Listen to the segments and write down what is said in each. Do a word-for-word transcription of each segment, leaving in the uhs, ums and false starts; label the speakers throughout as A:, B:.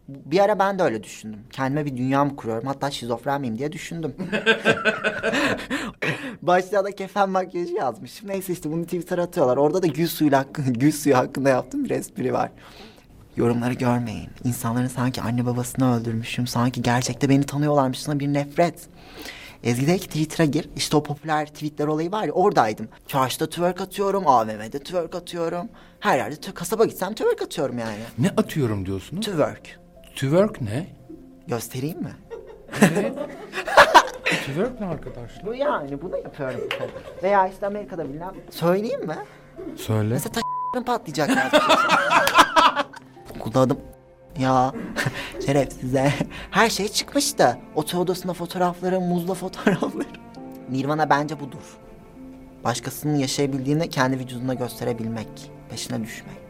A: Bir ara ben de öyle düşündüm. Kendime bir dünya mı kuruyorum? Hatta şizofren miyim diye düşündüm. Başta da kefen makyajı yazmışım. Neyse işte bunu Twitter'a atıyorlar. Orada da gül suyu hakkında, gül suyu hakkında yaptığım bir espri var. Yorumları görmeyin. İnsanların sanki anne babasını öldürmüşüm. Sanki gerçekte beni tanıyorlarmışsına bir nefret. Ezgi'de ki Twitter'a gir. İşte o popüler tweetler olayı var ya, oradaydım. Çarşıda twerk atıyorum. A V M'de twerk atıyorum. Her yerde tw- kasaba gitsem twerk atıyorum yani.
B: Ne atıyorum diyorsunuz?
A: Twerk.
B: Twerk ne?
A: Göstereyim mi?
B: Evet. Twerk ne arkadaşlar?
A: Bu yani bunu yapıyorum. Veya işte Amerika'da bilmem. Söyleyeyim mi?
B: Söyle.
A: Mesela taşlarım patlayacak yani. Okulda adım... Ya şerefsize. Her şey çıkmıştı. Otel odasında fotoğrafları, muzla fotoğrafları. Nirvana bence budur. Başkasının yaşayabildiğini kendi vücuduna gösterebilmek. Peşine düşmek.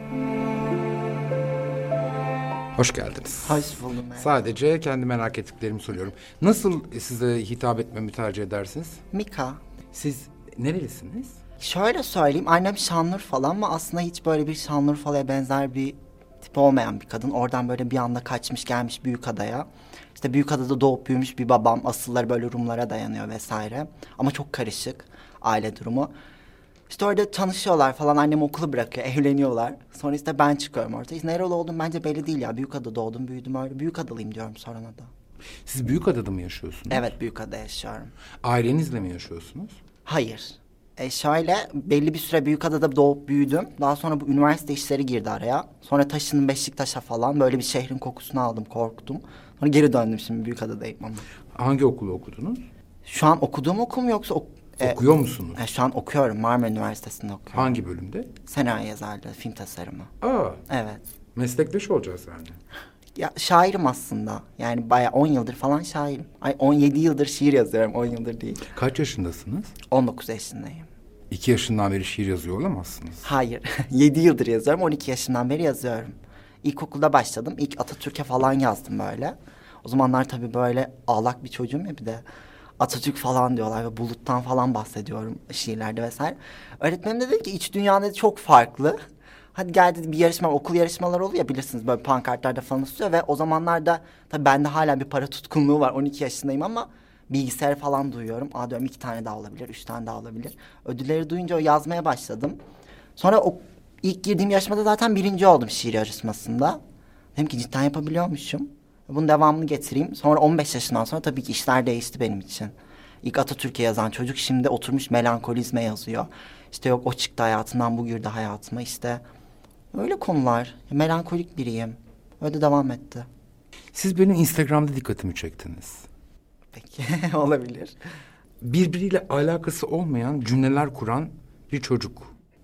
B: Hoş geldiniz.
A: Hoş buldum ben.
B: Sadece kendi merak ettiklerimi soruyorum. Nasıl size hitap etmemi tercih edersiniz?
A: Mika.
B: Siz nerelisiniz?
A: Şöyle söyleyeyim, annem Şanlıurfalı ama aslında hiç böyle bir Şanlıurfalı'ya benzer bir tip olmayan bir kadın. Oradan böyle bir anda kaçmış gelmiş Büyükada'ya. İşte Büyükada'da doğup büyümüş bir babam. Asılları böyle Rumlara dayanıyor vesaire. Ama çok karışık aile durumu. İşte orada tanışıyorlar falan, annem okulu bırakıyor, evleniyorlar. Sonra işte ben çıkıyorum ortaya. İşte nereli oldum bence belli değil ya. Büyükada'da doğdum, büyüdüm öyle. Büyükadalıyım diyorum sonra da.
B: Siz Büyükada'da mı yaşıyorsunuz?
A: Evet, Büyükada'da yaşıyorum.
B: Ailenizle mi yaşıyorsunuz?
A: Hayır. E şöyle, belli bir süre Büyükada'da doğup büyüdüm. Daha sonra bu üniversite işleri girdi araya. Sonra taşındım Beşiktaş'a falan. Böyle bir şehrin kokusunu aldım, korktum. Sonra geri döndüm, şimdi Büyükada'dayım ama.
B: Hangi okulu okudunuz?
A: Şu an okuduğum okul mu yoksa... Ok-
B: Okuyor e, musunuz?
A: E, şu an okuyorum. Marmara Üniversitesi'nde okuyorum.
B: Hangi bölümde?
A: Senaryo yazarlığı, film tasarımı.
B: Aa.
A: Evet.
B: Meslektaş olacağız yani.
A: Ya şairim aslında. Yani bayağı on yıldır falan şairim. Ay on yedi yıldır şiir yazıyorum, on yıldır değil.
B: Kaç yaşındasınız?
A: on dokuz yaşındayım.
B: İki yaşından beri şiir yazıyor olamazsınız.
A: Hayır. Yedi yıldır yazıyorum. on iki yaşından beri yazıyorum. İlkokulda başladım. İlk Atatürk'e falan yazdım böyle. O zamanlar tabii böyle ağlak bir çocuğum ya, bir de Atatürk falan diyorlar ve buluttan falan bahsediyorum şiirlerde vesaire. Öğretmenim de dedi ki iç dünyan dedi çok farklı. Hadi gel dedi, bir yarışma, okul yarışmaları oluyor ya, bilirsiniz, böyle pankartlarda falan asılıyor ve o zamanlarda tabii bende hala bir para tutkunluğu var. on iki yaşındayım ama bilgisayar falan duyuyorum. Aa diyorum, iki tane daha olabilir, üç tane daha olabilir. Ödülleri duyunca o yazmaya başladım. Sonra o ilk girdiğim yarışmada zaten birinci oldum şiir yarışmasında. Dedim ki cidden yapabiliyormuşum. Bunun devamını getireyim. Sonra on beş yaşından sonra tabii ki işler değişti benim için. İlk Atatürk'e yazan çocuk şimdi oturmuş melankolizme yazıyor. İşte yok o çıktı hayatından, bu girdi hayatıma, işte öyle konular. Melankolik biriyim. Öyle devam etti.
B: Siz benim Instagram'da dikkatimi çektiniz.
A: Peki olabilir.
B: Birbiriyle alakası olmayan cümleler kuran bir çocuk.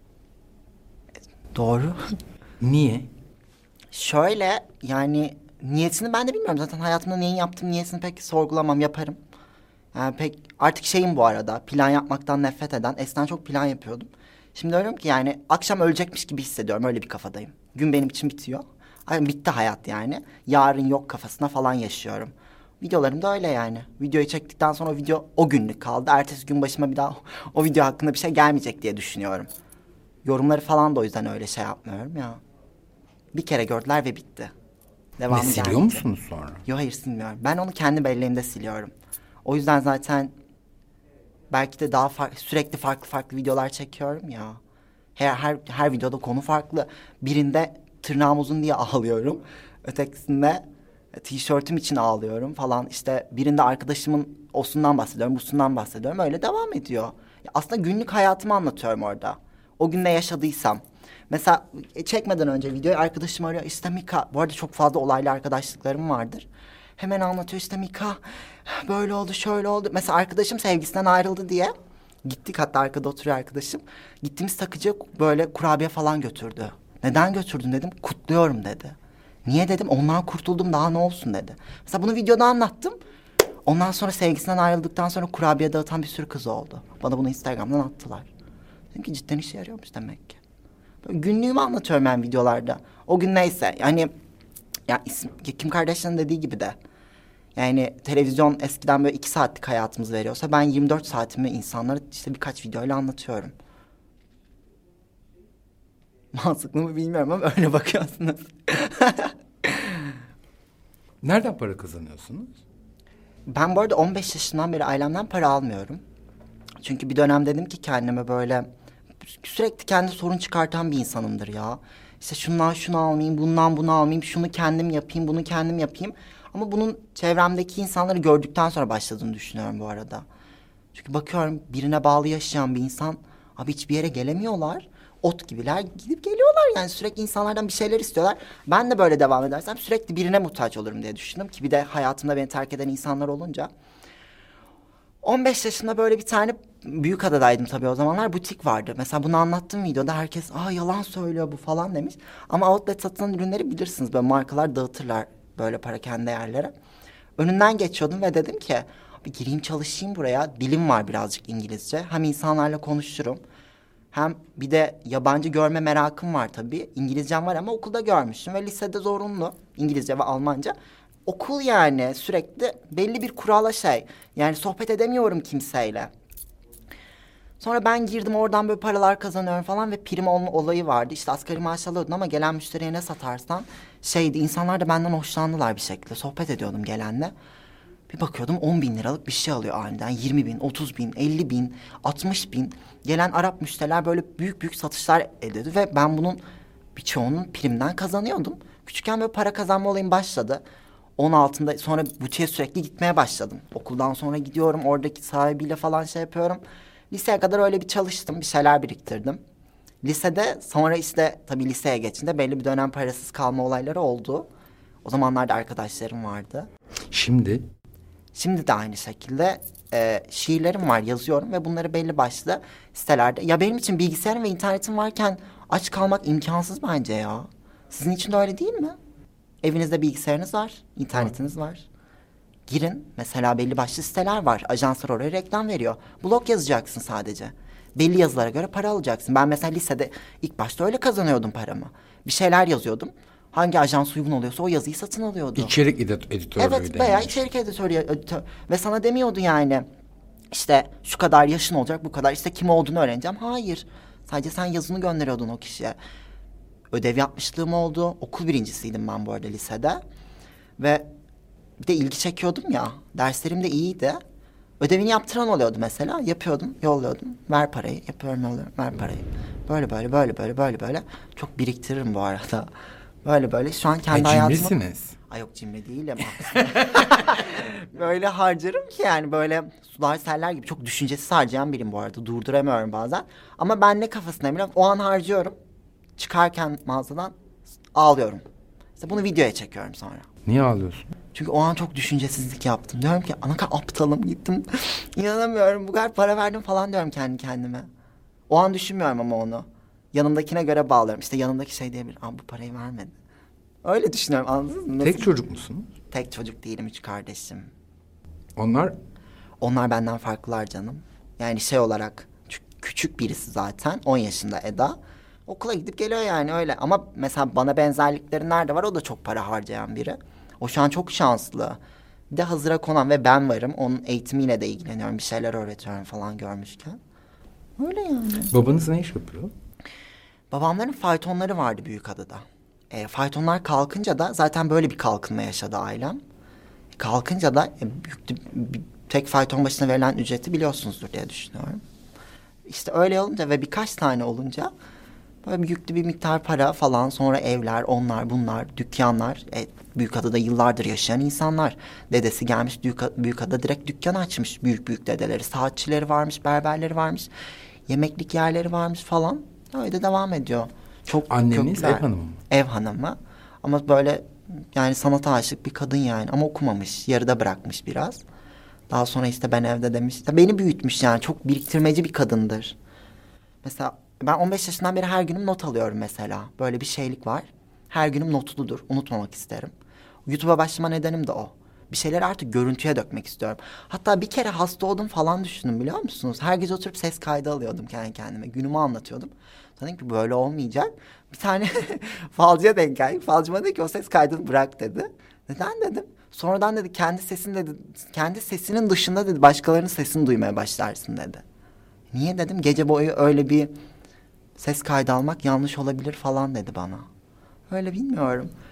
A: Doğru.
B: Niye?
A: Şöyle yani niyetini ben de bilmiyorum. Zaten hayatımda neyin yaptığım niyetini pek sorgulamam, yaparım. Yani pek artık şeyim bu arada, plan yapmaktan nefret eden. Eskiden çok plan yapıyordum. Şimdi diyorum ki yani akşam ölecekmiş gibi hissediyorum, öyle bir kafadayım. Gün benim için bitiyor. Ay, bitti hayat yani. Yarın yok kafasına falan yaşıyorum. Videolarım da öyle yani. Videoyu çektikten sonra o video o günlük kaldı. Ertesi gün başıma bir daha o video hakkında bir şey gelmeyecek diye düşünüyorum. Yorumları falan da o yüzden öyle şey yapmıyorum ya. Bir kere gördüler ve bitti. Devamı
B: ne siliyor
A: gelmedi.
B: musunuz sonra?
A: Yok, hayır silmiyorum. Ben onu kendi belleğimde siliyorum. O yüzden zaten belki de daha farklı, sürekli farklı farklı videolar çekiyorum ya. Her, her, her videoda konu farklı. Birinde tırnağım uzun diye ağlıyorum. Ötekisinde tişörtüm için ağlıyorum falan. İşte birinde arkadaşımın osundan bahsediyorum, busundan bahsediyorum. Öyle devam ediyor. Ya aslında günlük hayatımı anlatıyorum orada. O gün ne yaşadıysam. Mesela çekmeden önce videoyu arkadaşım arıyor. İşte Mika, bu arada çok fazla olaylı arkadaşlıklarım vardır. Hemen anlatıyor, işte Mika böyle oldu, şöyle oldu. Mesela arkadaşım sevgisinden ayrıldı diye gittik, hatta arkada oturuyor arkadaşım. Gittiğimiz takıcı böyle kurabiye falan götürdü. Neden götürdün dedim, kutluyorum dedi. Niye dedim, ondan kurtuldum, daha ne olsun dedi. Mesela bunu videoda anlattım. Ondan sonra sevgisinden ayrıldıktan sonra kurabiye dağıtan bir sürü kız oldu. Bana bunu Instagram'dan attılar. Dedim ki cidden işe yarıyormuş demek ki. Böyle günlüğümü anlatıyorum ben videolarda. O gün neyse yani, ya isim, Kim Kardashian'ın dediği gibi de. Yani televizyon eskiden böyle iki saatlik hayatımız veriyorsa ben yirmi dört saatimi insanlara işte birkaç videoyla anlatıyorum. Mantıklı mı bilmiyorum ama öyle bakıyorsunuz.
B: Nereden para kazanıyorsunuz?
A: Ben bu arada on beş yaşından beri ailemden para almıyorum. Çünkü bir dönem dedim ki kendime böyle sürekli kendi sorun çıkartan bir insanımdır ya. İşte şundan şunu almayayım, bundan bunu almayayım, şunu kendim yapayım, bunu kendim yapayım. Ama bunun çevremdeki insanları gördükten sonra başladığını düşünüyorum bu arada. Çünkü bakıyorum birine bağlı yaşayan bir insan abi hiçbir yere gelemiyorlar. Ot gibiler gidip geliyorlar yani sürekli insanlardan bir şeyler istiyorlar. Ben de böyle devam edersem sürekli birine muhtaç olurum diye düşündüm ki bir de hayatımda beni terk eden insanlar olunca. on beş yaşında böyle bir tane Büyükada'daydım tabii o zamanlar butik vardı. Mesela bunu anlattığım videoda herkes aa yalan söylüyor bu falan demiş. Ama outlet satılan ürünleri bilirsiniz böyle markalar dağıtırlar böyle parakende yerlere. Önünden geçiyordum ve dedim ki bir gireyim çalışayım buraya. Dilim var birazcık İngilizce. Hem insanlarla konuşurum. Hem bir de yabancı görme merakım var tabii. İngilizcem var ama okulda görmüştüm ve lisede zorunlu İngilizce ve Almanca. Okul yani sürekli belli bir kurala şey. Yani sohbet edemiyorum kimseyle. Sonra ben girdim oradan böyle paralar kazanıyorum falan ve prim olma olayı vardı. İşte asgari maaş alıyordun ama gelen müşteriye ne satarsan şeydi insanlar da benden hoşlandılar bir şekilde. Sohbet ediyordum gelenle. Bir bakıyordum on bin liralık bir şey alıyor aniden. yirmi bin, otuz bin, elli bin, altmış bin. Gelen Arap müşteriler böyle büyük büyük satışlar ediyordu. Ve ben bunun birçoğunun primden kazanıyordum. Küçükken böyle para kazanma olayım başladı. on altında sonra butiğe sürekli gitmeye başladım. Okuldan sonra gidiyorum oradaki sahibiyle falan şey yapıyorum. Liseye kadar öyle bir çalıştım, bir şeyler biriktirdim. Lisede sonra işte tabii liseye geçince belli bir dönem parasız kalma olayları oldu. O zamanlarda arkadaşlarım vardı.
B: Şimdi?
A: Şimdi de aynı şekilde e, şiirlerim var, yazıyorum ve bunları belli başlı sitelerde. Ya benim için bilgisayarım ve internetim varken aç kalmak imkansız bence ya. Sizin için de öyle değil mi? Evinizde bilgisayarınız var, internetiniz var. Girin, mesela belli başlı siteler var. Ajanslar oraya reklam veriyor. Blog yazacaksın sadece. Belli yazılara göre para alacaksın. Ben mesela lisede ilk başta öyle kazanıyordum paramı. Bir şeyler yazıyordum. Hangi ajans uygun oluyorsa o yazıyı satın alıyordu.
B: İçerik edit- editörlüğü
A: Evet veya
B: denmiş.
A: içerik editörü editör. Ve sana demiyordu yani işte şu kadar yaşın olacak bu kadar işte kim olduğunu öğreneceğim. Hayır. Sadece sen yazını gönderiyordun o kişiye. Ödev yapmışlığım oldu. Okul birincisiydim ben bu arada lisede. Ve bir de ilgi çekiyordum ya. Derslerim de iyiydi. Ödevini yaptıran oluyordu mesela. Yapıyordum, yolluyordum. Ver parayı, yapıyorum, yolluyorum, ver parayı. Böyle böyle böyle böyle böyle böyle. Çok biriktiririm bu arada. Böyle böyle şu an kendi
B: Ay,
A: hayatımı...
B: cimrisiniz.
A: Ay yok cimri değilim. Böyle harcarım ki yani böyle sular seller gibi. Çok düşüncesiz harcayan biriyim bu arada. Durduramıyorum bazen. Ama ben ne kafasındayım biliyor musun? O an harcıyorum. Çıkarken mağazadan ağlıyorum. İşte bunu videoya çekiyorum sonra.
B: Niye ağlıyorsun?
A: Çünkü o an çok düşüncesizlik yaptım. Diyorum ki ana kadar aptalım gittim. İnanamıyorum bu kadar para verdim falan diyorum kendi kendime. O an düşünmüyorum ama onu. Yanımdakine göre bağlıyorum. İşte yanımdaki şey diyebilir. Aa bu parayı vermedi. Öyle düşünüyorum anladınız mı? Nasıl?
B: Tek çocuk musun?
A: Tek çocuk değilim, üç kardeşim.
B: Onlar
A: Onlar benden farklılar canım. Yani şey olarak küçük, küçük birisi zaten. on yaşında Eda. Okula gidip geliyor yani öyle. Ama mesela bana benzerlikleri nerede var? O da çok para harcayan biri. O şu an çok şanslı. Bir de hazıra konan ve ben varım. Onun eğitimiyle de ilgileniyorum. Bir şeyler öğretiyorum falan görmüşken. Öyle yani.
B: babanız ne iş yapıyor?
A: Babamların faytonları vardı Büyükada'da. E, faytonlar kalkınca da zaten böyle bir kalkınma yaşadı ailem. Kalkınca da e, büyük, bir, tek fayton başına verilen ücreti biliyorsunuzdur diye düşünüyorum. İşte öyle olunca ve birkaç tane olunca böyle yüklü bir miktar para falan, sonra evler, onlar bunlar, dükkanlar. E, Büyükada'da yıllardır yaşayan insanlar. Dedesi gelmiş Büyük, Büyükada direkt dükkan açmış. Büyük büyük dedeleri, saatçileri varmış, berberleri varmış. Yemeklik yerleri varmış falan. Öyle de devam ediyor. Çok
B: Anneniz
A: kökler.
B: ev hanımı mı?
A: Ev hanımı. Ama böyle yani sanata aşık bir kadın yani. Ama okumamış. Yarıda bırakmış biraz. Daha sonra işte ben evde demiş. İşte beni büyütmüş yani. Çok biriktirmeci bir kadındır. Mesela ben on beş yaşından beri her günüm not alıyorum mesela. Böyle bir şeylik var. Her günüm notludur. Unutmamak isterim. YouTube'a başlama nedenim de o. Bir şeyleri artık görüntüye dökmek istiyorum. Hatta bir kere hasta oldum falan düşündüm biliyor musunuz? Her gece oturup ses kaydı alıyordum kendi kendime. Günümü anlatıyordum. Dedim ki böyle olmayacak. Bir tane falcıya denk geldik. Falcıma dedi ki o ses kaydını bırak dedi. Neden dedim. Sonradan dedi kendi sesin dedi. Kendi sesinin dışında dedi başkalarının sesini duymaya başlarsın dedi. Niye dedim, gece boyu öyle bir ses kaydı almak yanlış olabilir falan dedi bana. Öyle bilmiyorum.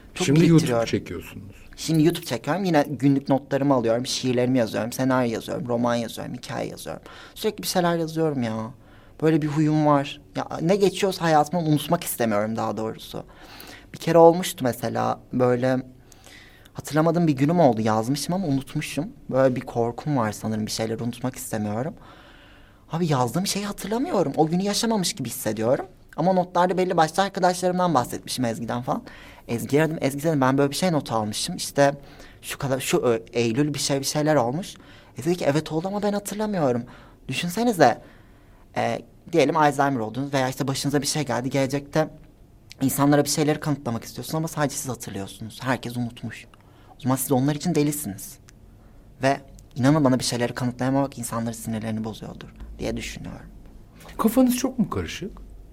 A: Çok
B: Şimdi YouTube
A: biriktiriyorum.
B: çekiyorsunuz.
A: Şimdi YouTube çekiyorum. Yine günlük notlarımı alıyorum. Şiirlerimi yazıyorum. Senaryo yazıyorum. Roman yazıyorum. Hikaye yazıyorum. Sürekli bir şeyler yazıyorum ya. Böyle bir huyum var. Ya ne geçiyorsa hayatımdan unutmak istemiyorum daha doğrusu. Bir kere olmuştu mesela böyle hatırlamadığım bir günüm oldu. Yazmışım ama unutmuşum. Böyle bir korkum var sanırım, bir şeyleri unutmak istemiyorum. Abi yazdığım şeyi hatırlamıyorum. O günü yaşamamış gibi hissediyorum. Ama notlarda belli başlı arkadaşlarımdan bahsetmişim, Ezgi'den falan. Ezgi aradım. Ezgi dedim ben böyle bir şey not almışım. İşte şu kadar şu Ö- Eylül bir şey bir şeyler olmuş. Ezgi dedi ki evet oldu ama ben hatırlamıyorum. Düşünsenize e, diyelim Alzheimer oldunuz veya işte başınıza bir şey geldi. Gelecekte insanlara bir şeyleri kanıtlamak istiyorsunuz ama sadece siz hatırlıyorsunuz. Herkes unutmuş. O zaman siz onlar için delisiniz. Ve inanın bana bir şeyleri kanıtlayamamak insanların sinirlerini bozuyordur diye düşünüyorum.
B: Kafanız çok mu karışık?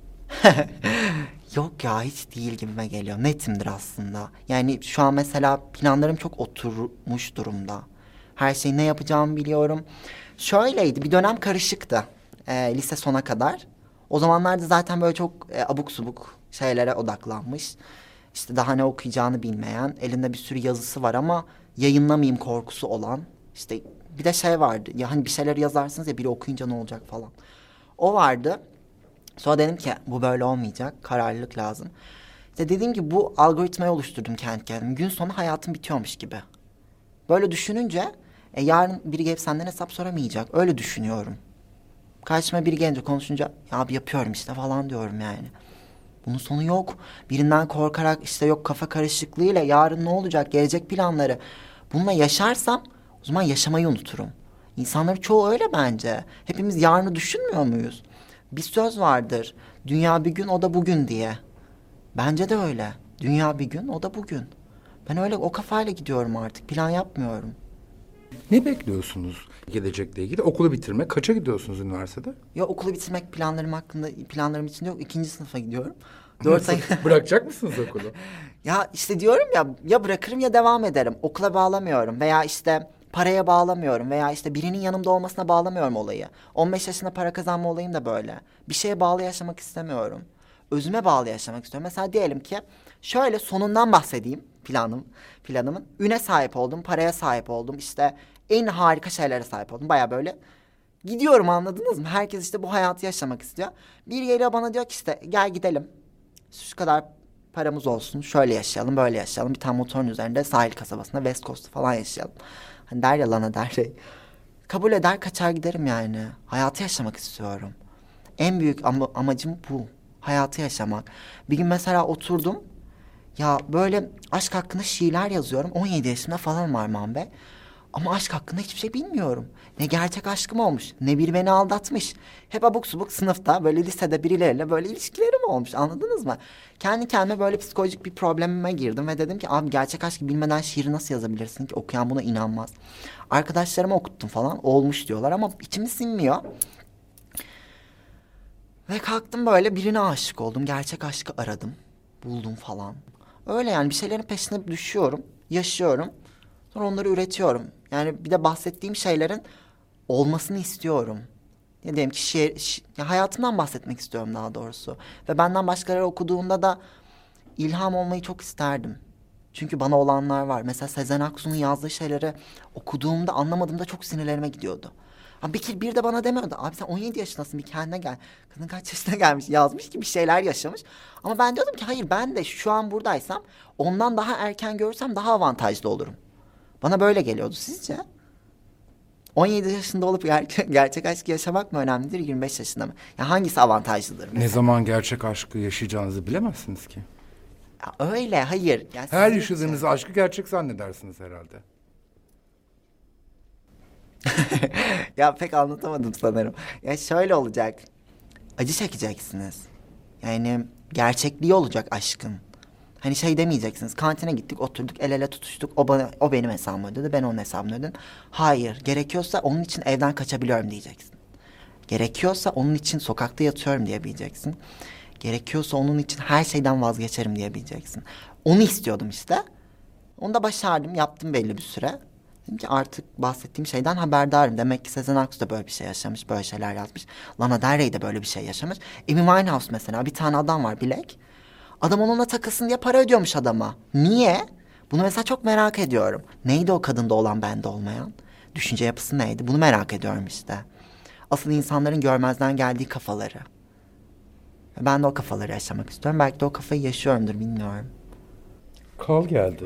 A: Yok ya, hiç değil gibime geliyor. Netimdir aslında. Yani şu an mesela planlarım çok oturmuş durumda. Her şeyi ne yapacağımı biliyorum. Şöyleydi, bir dönem karışıktı. Ee, lise sona kadar. O zamanlarda zaten böyle çok e, abuk subuk şeylere odaklanmış. İşte daha ne okuyacağını bilmeyen, elinde bir sürü yazısı var ama yayınlamayayım korkusu olan. İşte bir de şey vardı. Ya hani bir şeyler yazarsınız ya, biri okuyunca ne olacak falan. O vardı. Sonra dedim ki bu böyle olmayacak. Kararlılık lazım. İşte dediğim gibi bu algoritmayı oluşturdum kendi kendime. Gün sonu hayatım bitiyormuş gibi. Böyle düşününce e, yarın biri gelip senden hesap soramayacak. Öyle düşünüyorum. Karşıma biri gelince konuşunca ya abi yapıyorum işte falan diyorum yani. Bunun sonu yok. Birinden korkarak işte yok kafa karışıklığıyla yarın ne olacak, gelecek planları. Bununla yaşarsam o zaman yaşamayı unuturum. İnsanların çoğu öyle bence. Hepimiz yarını düşünmüyor muyuz? Bir söz vardır. Dünya bir gün, o da bugün diye. Bence de öyle. Dünya bir gün, o da bugün. Ben öyle o kafayla gidiyorum artık. Plan yapmıyorum.
B: Ne bekliyorsunuz gelecekle ilgili? Okulu bitirmek. Kaça gidiyorsunuz üniversitede?
A: Ya okulu bitirmek planlarım hakkında, planlarım içinde yok. İkinci sınıfa gidiyorum. Dört ay...
B: Bırakacak mısınız okulu?
A: Ya işte diyorum ya, ya bırakırım ya devam ederim. Okula bağlamıyorum veya işte paraya bağlamıyorum veya işte birinin yanımda olmasına bağlamıyorum olayı. on beş yaşında para kazanma olayım da böyle. Bir şeye bağlı yaşamak istemiyorum. Özüme bağlı yaşamak istiyorum. Mesela diyelim ki şöyle sonundan bahsedeyim planım, planımın. Üne sahip oldum, paraya sahip oldum. İşte en harika şeylere sahip oldum. Baya böyle gidiyorum, anladınız mı? Herkes işte bu hayatı yaşamak istiyor. Bir geliyor bana diyor ki işte gel gidelim. Şu kadar paramız olsun. Şöyle yaşayalım, böyle yaşayalım. Bir tane motorun üzerinde sahil kasabasında West Coast'ta falan yaşayalım. Hani der ya Lana Del Rey. Kabul eder kaçar giderim yani. Hayatı yaşamak istiyorum. En büyük ama, amacım bu. Hayatı yaşamak. Bir gün mesela oturdum. Ya böyle aşk hakkında şiirler yazıyorum. on yedi yaşında falan var Manbe. Ama aşk hakkında hiçbir şey bilmiyorum. Ne gerçek aşkım olmuş, ne biri beni aldatmış. Hep abuk subuk sınıfta, böyle lisede birileriyle böyle ilişkilerim olmuş, anladınız mı? Kendi kendime böyle psikolojik bir problemime girdim ve dedim ki abi gerçek aşkı bilmeden şiiri nasıl yazabilirsin ki? Okuyan buna inanmaz. Arkadaşlarıma okuttum falan, olmuş diyorlar ama içimi sinmiyor. Ve kalktım böyle birine aşık oldum, gerçek aşkı aradım, buldum falan. Öyle yani bir şeylerin peşine düşüyorum, yaşıyorum. Sonra onları üretiyorum. Yani bir de bahsettiğim şeylerin olmasını istiyorum. Ya diyelim ki şiir, şi- ya hayatımdan bahsetmek istiyorum daha doğrusu. Ve benden başkaları okuduğunda da ilham olmayı çok isterdim. Çünkü bana olanlar var. Mesela Sezen Aksu'nun yazdığı şeyleri okuduğumda, anlamadığımda çok sinirlerime gidiyordu. Abi bir, bir de bana demiyordu. Abi sen on yedi yaşındasın, bir kendine gel. Kadın kaç yaşına gelmiş, yazmış ki bir şeyler yaşamış. Ama ben diyordum ki hayır, ben de şu an buradaysam ondan daha erken görürsem daha avantajlı olurum. Bana böyle geliyordu. Sizce? on yedi yaşında olup ger- gerçek aşkı yaşamak mı önemlidir, yirmi beş yaşında mı? Ya hangisi avantajlıdır mesela?
B: Ne zaman gerçek aşkı yaşayacağınızı bilemezsiniz ki.
A: Ya öyle, hayır. Ya
B: Her
A: sizin
B: yaşadığınız
A: için.
B: aşkı gerçek zannedersiniz herhalde.
A: Ya pek anlatamadım sanırım. Ya şöyle olacak. Acı çekeceksiniz. Yani gerçekliği olacak aşkın. Hani şey demeyeceksiniz. Kantine gittik, oturduk, el ele tutuştuk. O bana, o benim hesabımı ödedi, ben onun hesabını ödedim. Hayır, gerekiyorsa onun için evden kaçabiliyorum diyeceksin. Gerekiyorsa onun için sokakta yatıyorum diyebileceksin. Gerekiyorsa onun için her şeyden vazgeçerim diyebileceksin. Onu istiyordum işte. Onu da başardım, yaptım belli bir süre. Dedim ki artık bahsettiğim şeyden haberdarım. Demek ki Sezen Aksu da böyle bir şey yaşamış, böyle şeyler yazmış. Lana Del Rey de böyle bir şey yaşamış. Amy Winehouse mesela, bir tane adam var Bilek. Adam onunla takılsın diye para ödüyormuş adama. Niye? Bunu mesela çok merak ediyorum. Neydi o kadında olan bende olmayan? Düşünce yapısı neydi? Bunu merak ediyorum işte. Asıl insanların görmezden geldiği kafaları. Ben de o kafaları yaşamak istiyorum. Belki de o kafayı yaşıyorumdur, bilmiyorum.
B: Kal geldi.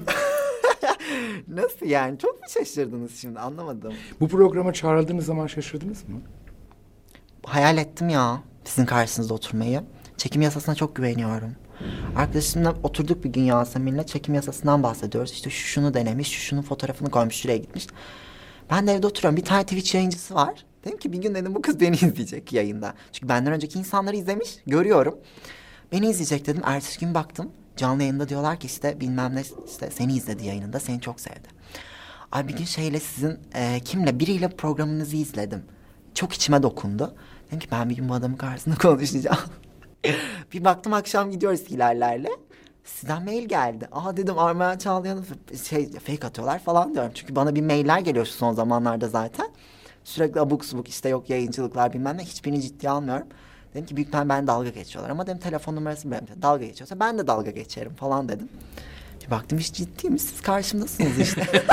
A: Nasıl yani? Çok mu şaşırdınız şimdi? Anlamadım.
B: Bu programa çağrıldığınız zaman şaşırdınız mı?
A: Hayal ettim ya sizin karşınızda oturmayı. Çekim yasasına çok güveniyorum. Arkadaşımla oturduk bir gün Yasemin'le, çekim yasasından bahsediyoruz. İşte şu şunu denemiş, şu şunun fotoğrafını koymuş, şuraya gitmiş. Ben de evde oturuyorum. Bir tane Twitch yayıncısı var. Dedim ki bir gün dedim bu kız beni izleyecek yayında. Çünkü benden önceki insanları izlemiş, görüyorum. Beni izleyecek dedim. Ertesi gün baktım. Canlı yayında diyorlar ki işte bilmem ne, işte seni izledi yayınında, seni çok sevdi. Ay bir gün şeyle sizin e, kimle biriyle programınızı izledim. Çok içime dokundu. Dedim ki ben bir gün bu adamın karşısında konuşacağım. Bir baktım akşam gidiyoruz Hilallerle. Sizden mail geldi. Aa dedim Armağan Çağlayan'ın şey fake atıyorlar falan diyorum. Çünkü bana bir mailler geliyor şu son zamanlarda zaten. Sürekli abuk subuk işte yok yayıncılıklar bilmem ne, hiçbirini ciddiye almıyorum. Dedim ki büyük ihtimalle ben dalga geçiyorlar ama dedim telefon numarası benim. Dalga geçiyorsa ben de dalga geçerim falan dedim. Bir baktım hiç ciddiymiş, siz karşımdasınız işte.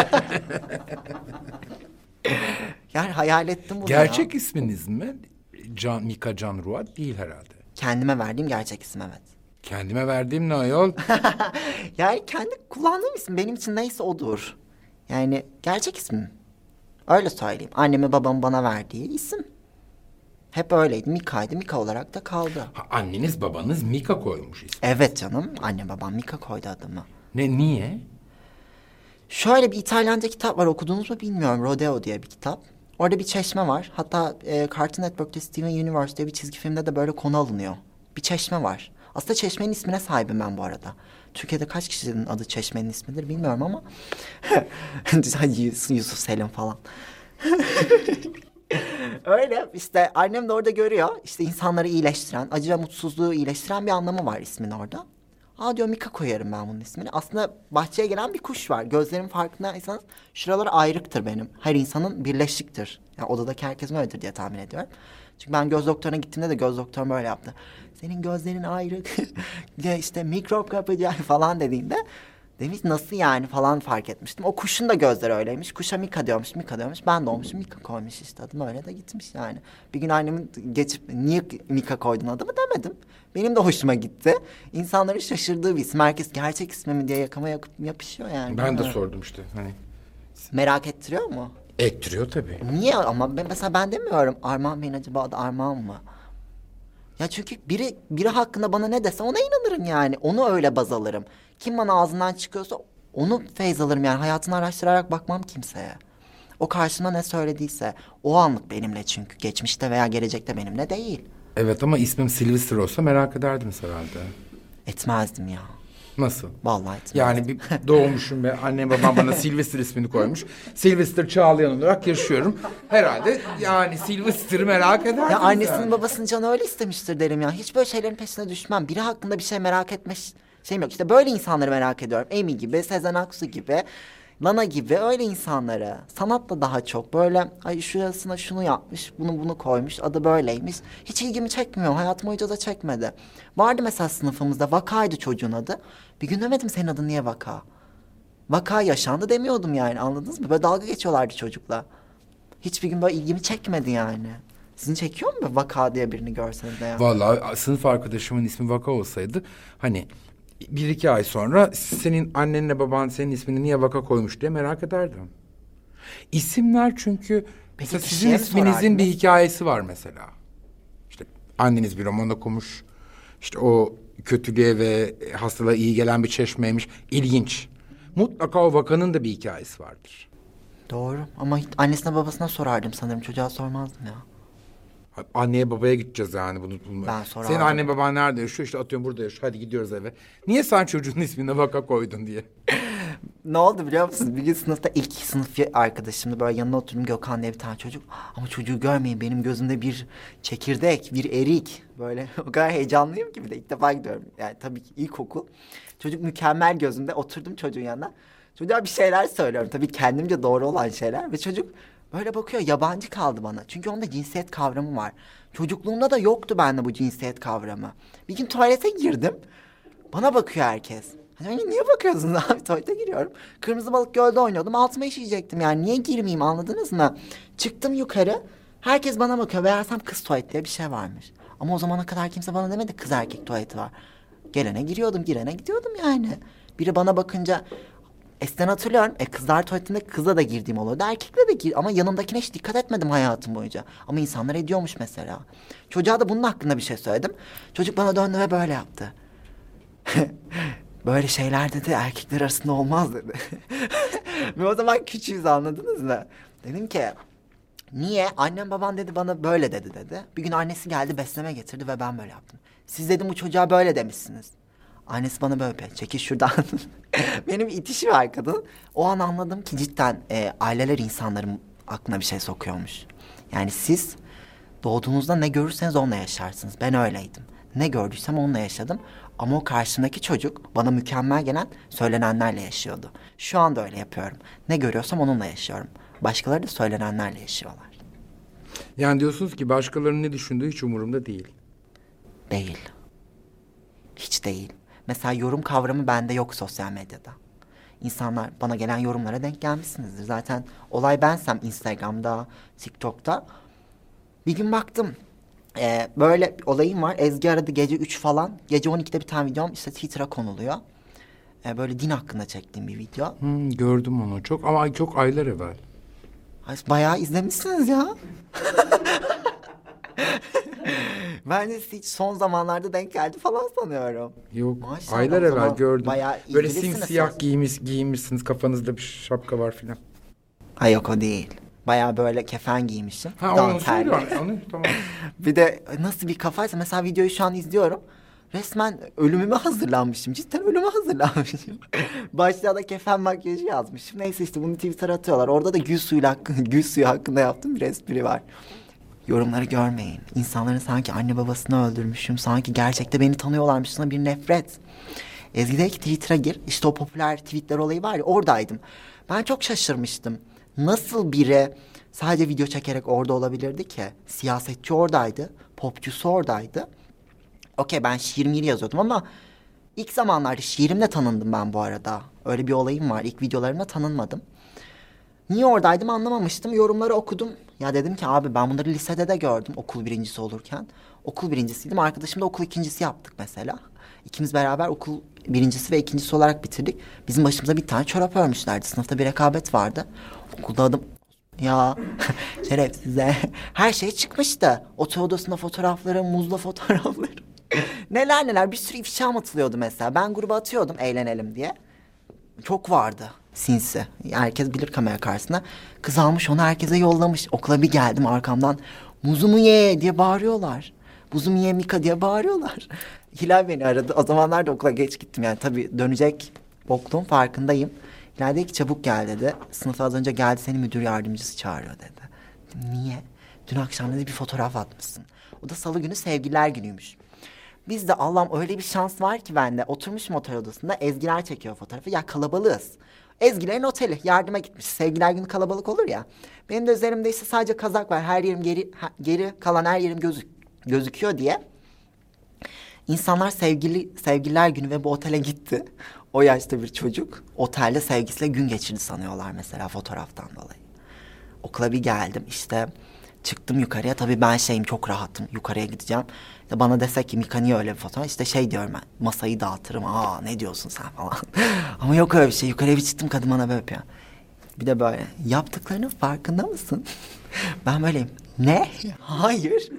A: Yani hayal ettim bunu.
B: Gerçek
A: ya.
B: isminiz mi? Can, Mika Can Ruat değil herhalde.
A: Kendime verdiğim gerçek isim, evet.
B: Kendime verdiğim ne ayol?
A: Yani kendi kullandığım isim benim için neyse odur. Yani gerçek ismim. Öyle söyleyeyim. Annemi babamın bana verdiği isim. Hep öyleydi. Mika'ydı. Mika olarak da kaldı.
B: Ha, anneniz babanız Mika koymuş ismi.
A: Evet canım. Annem babam Mika koydu adımı.
B: Ne, niye?
A: Şöyle bir İtalyanca kitap var, okudunuz mu bilmiyorum. Rodeo diye bir kitap. Orada bir çeşme var. Hatta e, Cartoon Network'te Steven Universe diye bir çizgi filmde de böyle konu alınıyor. Bir çeşme var. Aslında çeşmenin ismine sahibim ben bu arada. Türkiye'de kaç kişinin adı çeşmenin ismidir bilmiyorum ama. Yusuf Selim falan. Öyle işte annem de orada görüyor. İşte insanları iyileştiren, acı ve mutsuzluğu iyileştiren bir anlamı var ismin orada. Aa diyor Mika koyarım ben bunun ismini. Aslında bahçeye gelen bir kuş var. Gözlerin farkındaysanız şuraları ayrıktır benim. Her insanın birleşiktir. Yani odadaki herkesin öyledir diye tahmin ediyorum. Çünkü ben göz doktoruna gittiğimde de göz doktorum böyle yaptı. Senin gözlerin ayrık. Ya işte mikrop kapacak falan dediğinde demiş nasıl yani falan fark etmiştim. O kuşun da gözleri öyleymiş. Kuşa Mika diyormuş, Mika diyormuş. Ben de olmuşum Mika koymuş işte adım, öyle de gitmiş yani. Bir gün annemin geçip niye Mika koydun adımı demedim. Benim de hoşuma gitti. İnsanların şaşırdığı bir isim. Herkes gerçek ismi mi diye yakama yakıp yapışıyor yani.
B: Ben de
A: Evet.
B: sordum işte hani.
A: Merak ettiriyor mu?
B: Ettiriyor tabii.
A: Niye ama ben, mesela ben demiyorum Armağan Bey'in acaba adı Armağan mı? Ya çünkü biri biri hakkında bana ne dese ona inanırım yani. Onu öyle baz alırım. Kim bana ağzından çıkıyorsa onu feyz alırım yani. Hayatını araştırarak bakmam kimseye. O karşıma ne söylediyse o anlık benimle, çünkü geçmişte veya gelecekte benimle değil.
B: Evet ama ismim Sylvester olsa merak ederdiniz herhalde.
A: Etmezdim ya.
B: Nasıl?
A: Vallahi etmezdim.
B: Yani bir doğmuşum ve annem babam bana Sylvester ismini koymuş. Sylvester Çağlayan olarak yaşıyorum. Herhalde yani Sylvester'ı merak ederdiniz.
A: Ya annesinin
B: yani.
A: babasının canı öyle istemiştir derim ya. Hiç böyle şeylerin peşine düşmem. Biri hakkında bir şey merak etme ş- şeyim yok. İşte böyle insanları merak ediyorum. Amy gibi, Sezen Aksu gibi, Lana gibi öyle insanları. Sanatla daha çok böyle ay şurasına şunu yapmış, bunu bunu koymuş, adı böyleymiş. Hiç ilgimi çekmiyor. Hayatım boyunca da çekmedi. Vardı mesela sınıfımızda Vakaydı çocuğun adı. Bir gün demedim senin adın niye Vaka? Vaka yaşandı demiyordum yani, anladınız mı? Böyle dalga geçiyorlardı çocukla. Hiçbir gün böyle ilgimi çekmedi yani. Sizin çekiyor mu Vaka diye birini görseniz de ya?
B: Vallahi sınıf arkadaşımın ismi Vaka olsaydı hani bir iki ay sonra senin annenle baban senin ismini niye Vaka koymuş diye merak ederdim. İsimler çünkü mesela
A: kişiye
B: sizin
A: mi
B: isminizin
A: sorardınız?
B: bir hikayesi var mesela. İşte anneniz bir roman okumuş. İşte o kötülüğe ve hastalığa iyi gelen bir çeşmeymiş. İlginç. Mutlaka o Vaka'nın da bir hikayesi vardır.
A: Doğru ama hiç annesine babasına sorardım sanırım. Çocuğa sormazdım ya.
B: Anneye babaya gideceğiz yani bunu bulmaya.
A: Ben sorardım.
B: Senin annen baban nerede yaşıyor? İşte atıyorum burada yaşıyor. Hadi gidiyoruz eve. Niye sen çocuğun ismine Vaka koydun diye.
A: Ne oldu biliyor musunuz? Bir gün sınıfta ilk sınıf arkadaşımdı. Böyle yanına oturdum, Gökhan diye bir tane çocuk. Ama çocuğu görmeyin, benim gözümde bir çekirdek, bir erik. Böyle o kadar heyecanlıyım ki, bir de ilk defa gidiyorum. Yani tabii ki ilkokul. Çocuk mükemmel gözümde, oturdum çocuğun yanına. Çocuğa bir şeyler söylüyorum. Tabii kendimce doğru olan şeyler. Ve çocuk böyle bakıyor, yabancı kaldı bana. Çünkü onda cinsiyet kavramı var. Çocukluğumda da yoktu bende bu cinsiyet kavramı. Bir gün tuvalete girdim. Bana bakıyor herkes. Hani niye bakıyorsunuz abi? Tuvalete giriyorum. Kırmızı Balık Göl'de oynuyordum. Altıma işeyecektim yani. Niye girmeyeyim, anladınız mı? Çıktım yukarı. Herkes bana bakıyor. Meğersem kız tuvaleti diye bir şey varmış. Ama o zamana kadar kimse bana demedi kız erkek tuvaleti var. Gelene giriyordum, girene gidiyordum yani. Biri bana bakınca... Eskiden hatırlıyorum. E kızlar tuvaletinde kızla da girdiğim oluyordu. Erkekle de gir ama yanımdakine hiç dikkat etmedim hayatım boyunca. Ama insanlar ediyormuş mesela. Çocuğa da bunun hakkında bir şey söyledim. Çocuk bana döndü ve böyle yaptı. Böyle şeyler dedi erkekler arasında olmaz dedi. Ve o zaman küçüğüz, anladınız mı? Dedim ki niye? Annem baban dedi bana böyle dedi dedi. Bir gün annesi geldi besleme getirdi ve ben böyle yaptım. Siz dedim bu çocuğa böyle demişsiniz. Annesi bana böyle yapıyor. Çekil şuradan. Benim itişi var kadın. O an anladım ki cidden e, aileler insanların aklına bir şey sokuyormuş. Yani siz doğduğunuzda ne görürseniz onunla yaşarsınız. Ben öyleydim. Ne gördüysem onunla yaşadım. Ama o karşımdaki çocuk bana mükemmel gelen söylenenlerle yaşıyordu. Şu anda öyle yapıyorum. Ne görüyorsam onunla yaşıyorum. Başkaları da söylenenlerle yaşıyorlar.
B: Yani diyorsunuz ki başkalarının ne düşündüğü hiç umurumda değil.
A: Değil. Hiç değil. Mesela yorum kavramı bende yok sosyal medyada. İnsanlar bana gelen yorumlara denk gelmişsinizdir. Zaten olay bensem Instagram'da, TikTok'ta. Bir gün baktım. Ee, böyle bir olayım var. Ezgi aradı gece üç falan. Gece on ikide bir tane videom işte Twitter'a konuluyor. Ee, böyle din hakkında çektiğim bir video.
B: Hmm, gördüm onu çok ama çok aylar evvel.
A: Ay, bayağı izlemişsiniz ya. Ben de hiç son zamanlarda denk geldi falan sanıyorum.
B: Yok,
A: Maşallah,
B: aylar
A: o zaman
B: evvel gördüm.
A: bayağı
B: Böyle
A: ilgilisiniz
B: simsiyah
A: siz.
B: giymiş, giymişsiniz, kafanızda bir şapka var filan.
A: Ha yok, o değil. Bayağı böyle kefen giymişim.
B: Ha onu
A: Dantelli.
B: söylüyorum, onu tamam.
A: Bir de nasıl bir kafaysa mesela videoyu şu an izliyorum. Resmen ölümüme hazırlanmışım. Cidden ölüme hazırlanmışım. Başlığa da kefen makyajı yazmışım. Neyse işte bunu Twitter'a atıyorlar. Orada da gül suyu hakkında, gül suyu hakkında yaptığım bir espri var. Yorumları görmeyin. İnsanların sanki anne babasını öldürmüşüm. Sanki gerçekte beni tanıyorlarmışsına bir nefret. Ezgi dedi ki Twitter'a gir. İşte o popüler tweetler olayı var ya, oradaydım. Ben çok şaşırmıştım. Nasıl biri sadece video çekerek orada olabilirdi ki? Siyasetçi oradaydı. Popçusu oradaydı. Okey, ben şiir miyir yazıyordum ama ilk zamanlarda şiirimle tanındım ben bu arada. Öyle bir olayım var. İlk videolarımda tanınmadım. Niye oradaydım anlamamıştım. Yorumları okudum. Ya dedim ki abi ben bunları lisede de gördüm okul birincisi olurken. Okul birincisiydim. Arkadaşımla okul ikincisi yaptık mesela. İkimiz beraber okul birincisi ve ikincisi olarak bitirdik. Bizim başımıza bir tane çorap örmüşlerdi. Sınıfta bir rekabet vardı. Okulda adım... Ya şerefsize. Her şey çıkmıştı. Otel odasında fotoğrafları, muzla fotoğrafları. Neler neler, bir sürü ifşa atılıyordu mesela. Ben gruba atıyordum eğlenelim diye. Çok vardı sinsi. Herkes bilir kamera karşısında. Kız almış onu herkese yollamış. Okula bir geldim arkamdan muzumu ye diye bağırıyorlar. Buzumu ye Mika diye bağırıyorlar. Hilal beni aradı. O zamanlar da okula geç gittim yani. Tabii dönecek bokluğun farkındayım. Hilal dedi ki çabuk gel dedi. Sınıfa az önce geldi, seni müdür yardımcısı çağırıyor dedi. Niye? Dün akşam dedi bir fotoğraf atmışsın. O da salı günü sevgililer günüymüş. Biz de Allah'ım öyle bir şans var ki bende. Oturmuşum otel odasında, Ezgiler çekiyor fotoğrafı. Ya kalabalığız. Ezgilerin oteli, yardıma gitmiş. Sevgililer günü kalabalık olur ya. Benim de üzerimde işte sadece kazak var. Her yerim geri, ha, geri kalan her yerim gözük, gözüküyor diye. İnsanlar sevgili sevgililer günü ve bu otele gitti. O yaşta bir çocuk otelde sevgisiyle gün geçirdi sanıyorlar mesela fotoğraftan dolayı. Okula bir geldim işte, çıktım yukarıya. Tabii ben şeyim, çok rahatım. Yukarıya gideceğim. İşte bana desek ki Mika niye öyle bir fotoğraf? İşte şey diyorum ben. Masayı dağıtırım. Aa ne diyorsun sen falan. Ama yok öyle bir şey. Yukarıya bir çıktım, kadın bana böyle yapıyor. Bir de böyle yaptıklarının farkında mısın? Ben böyleyim. Ne? Hayır.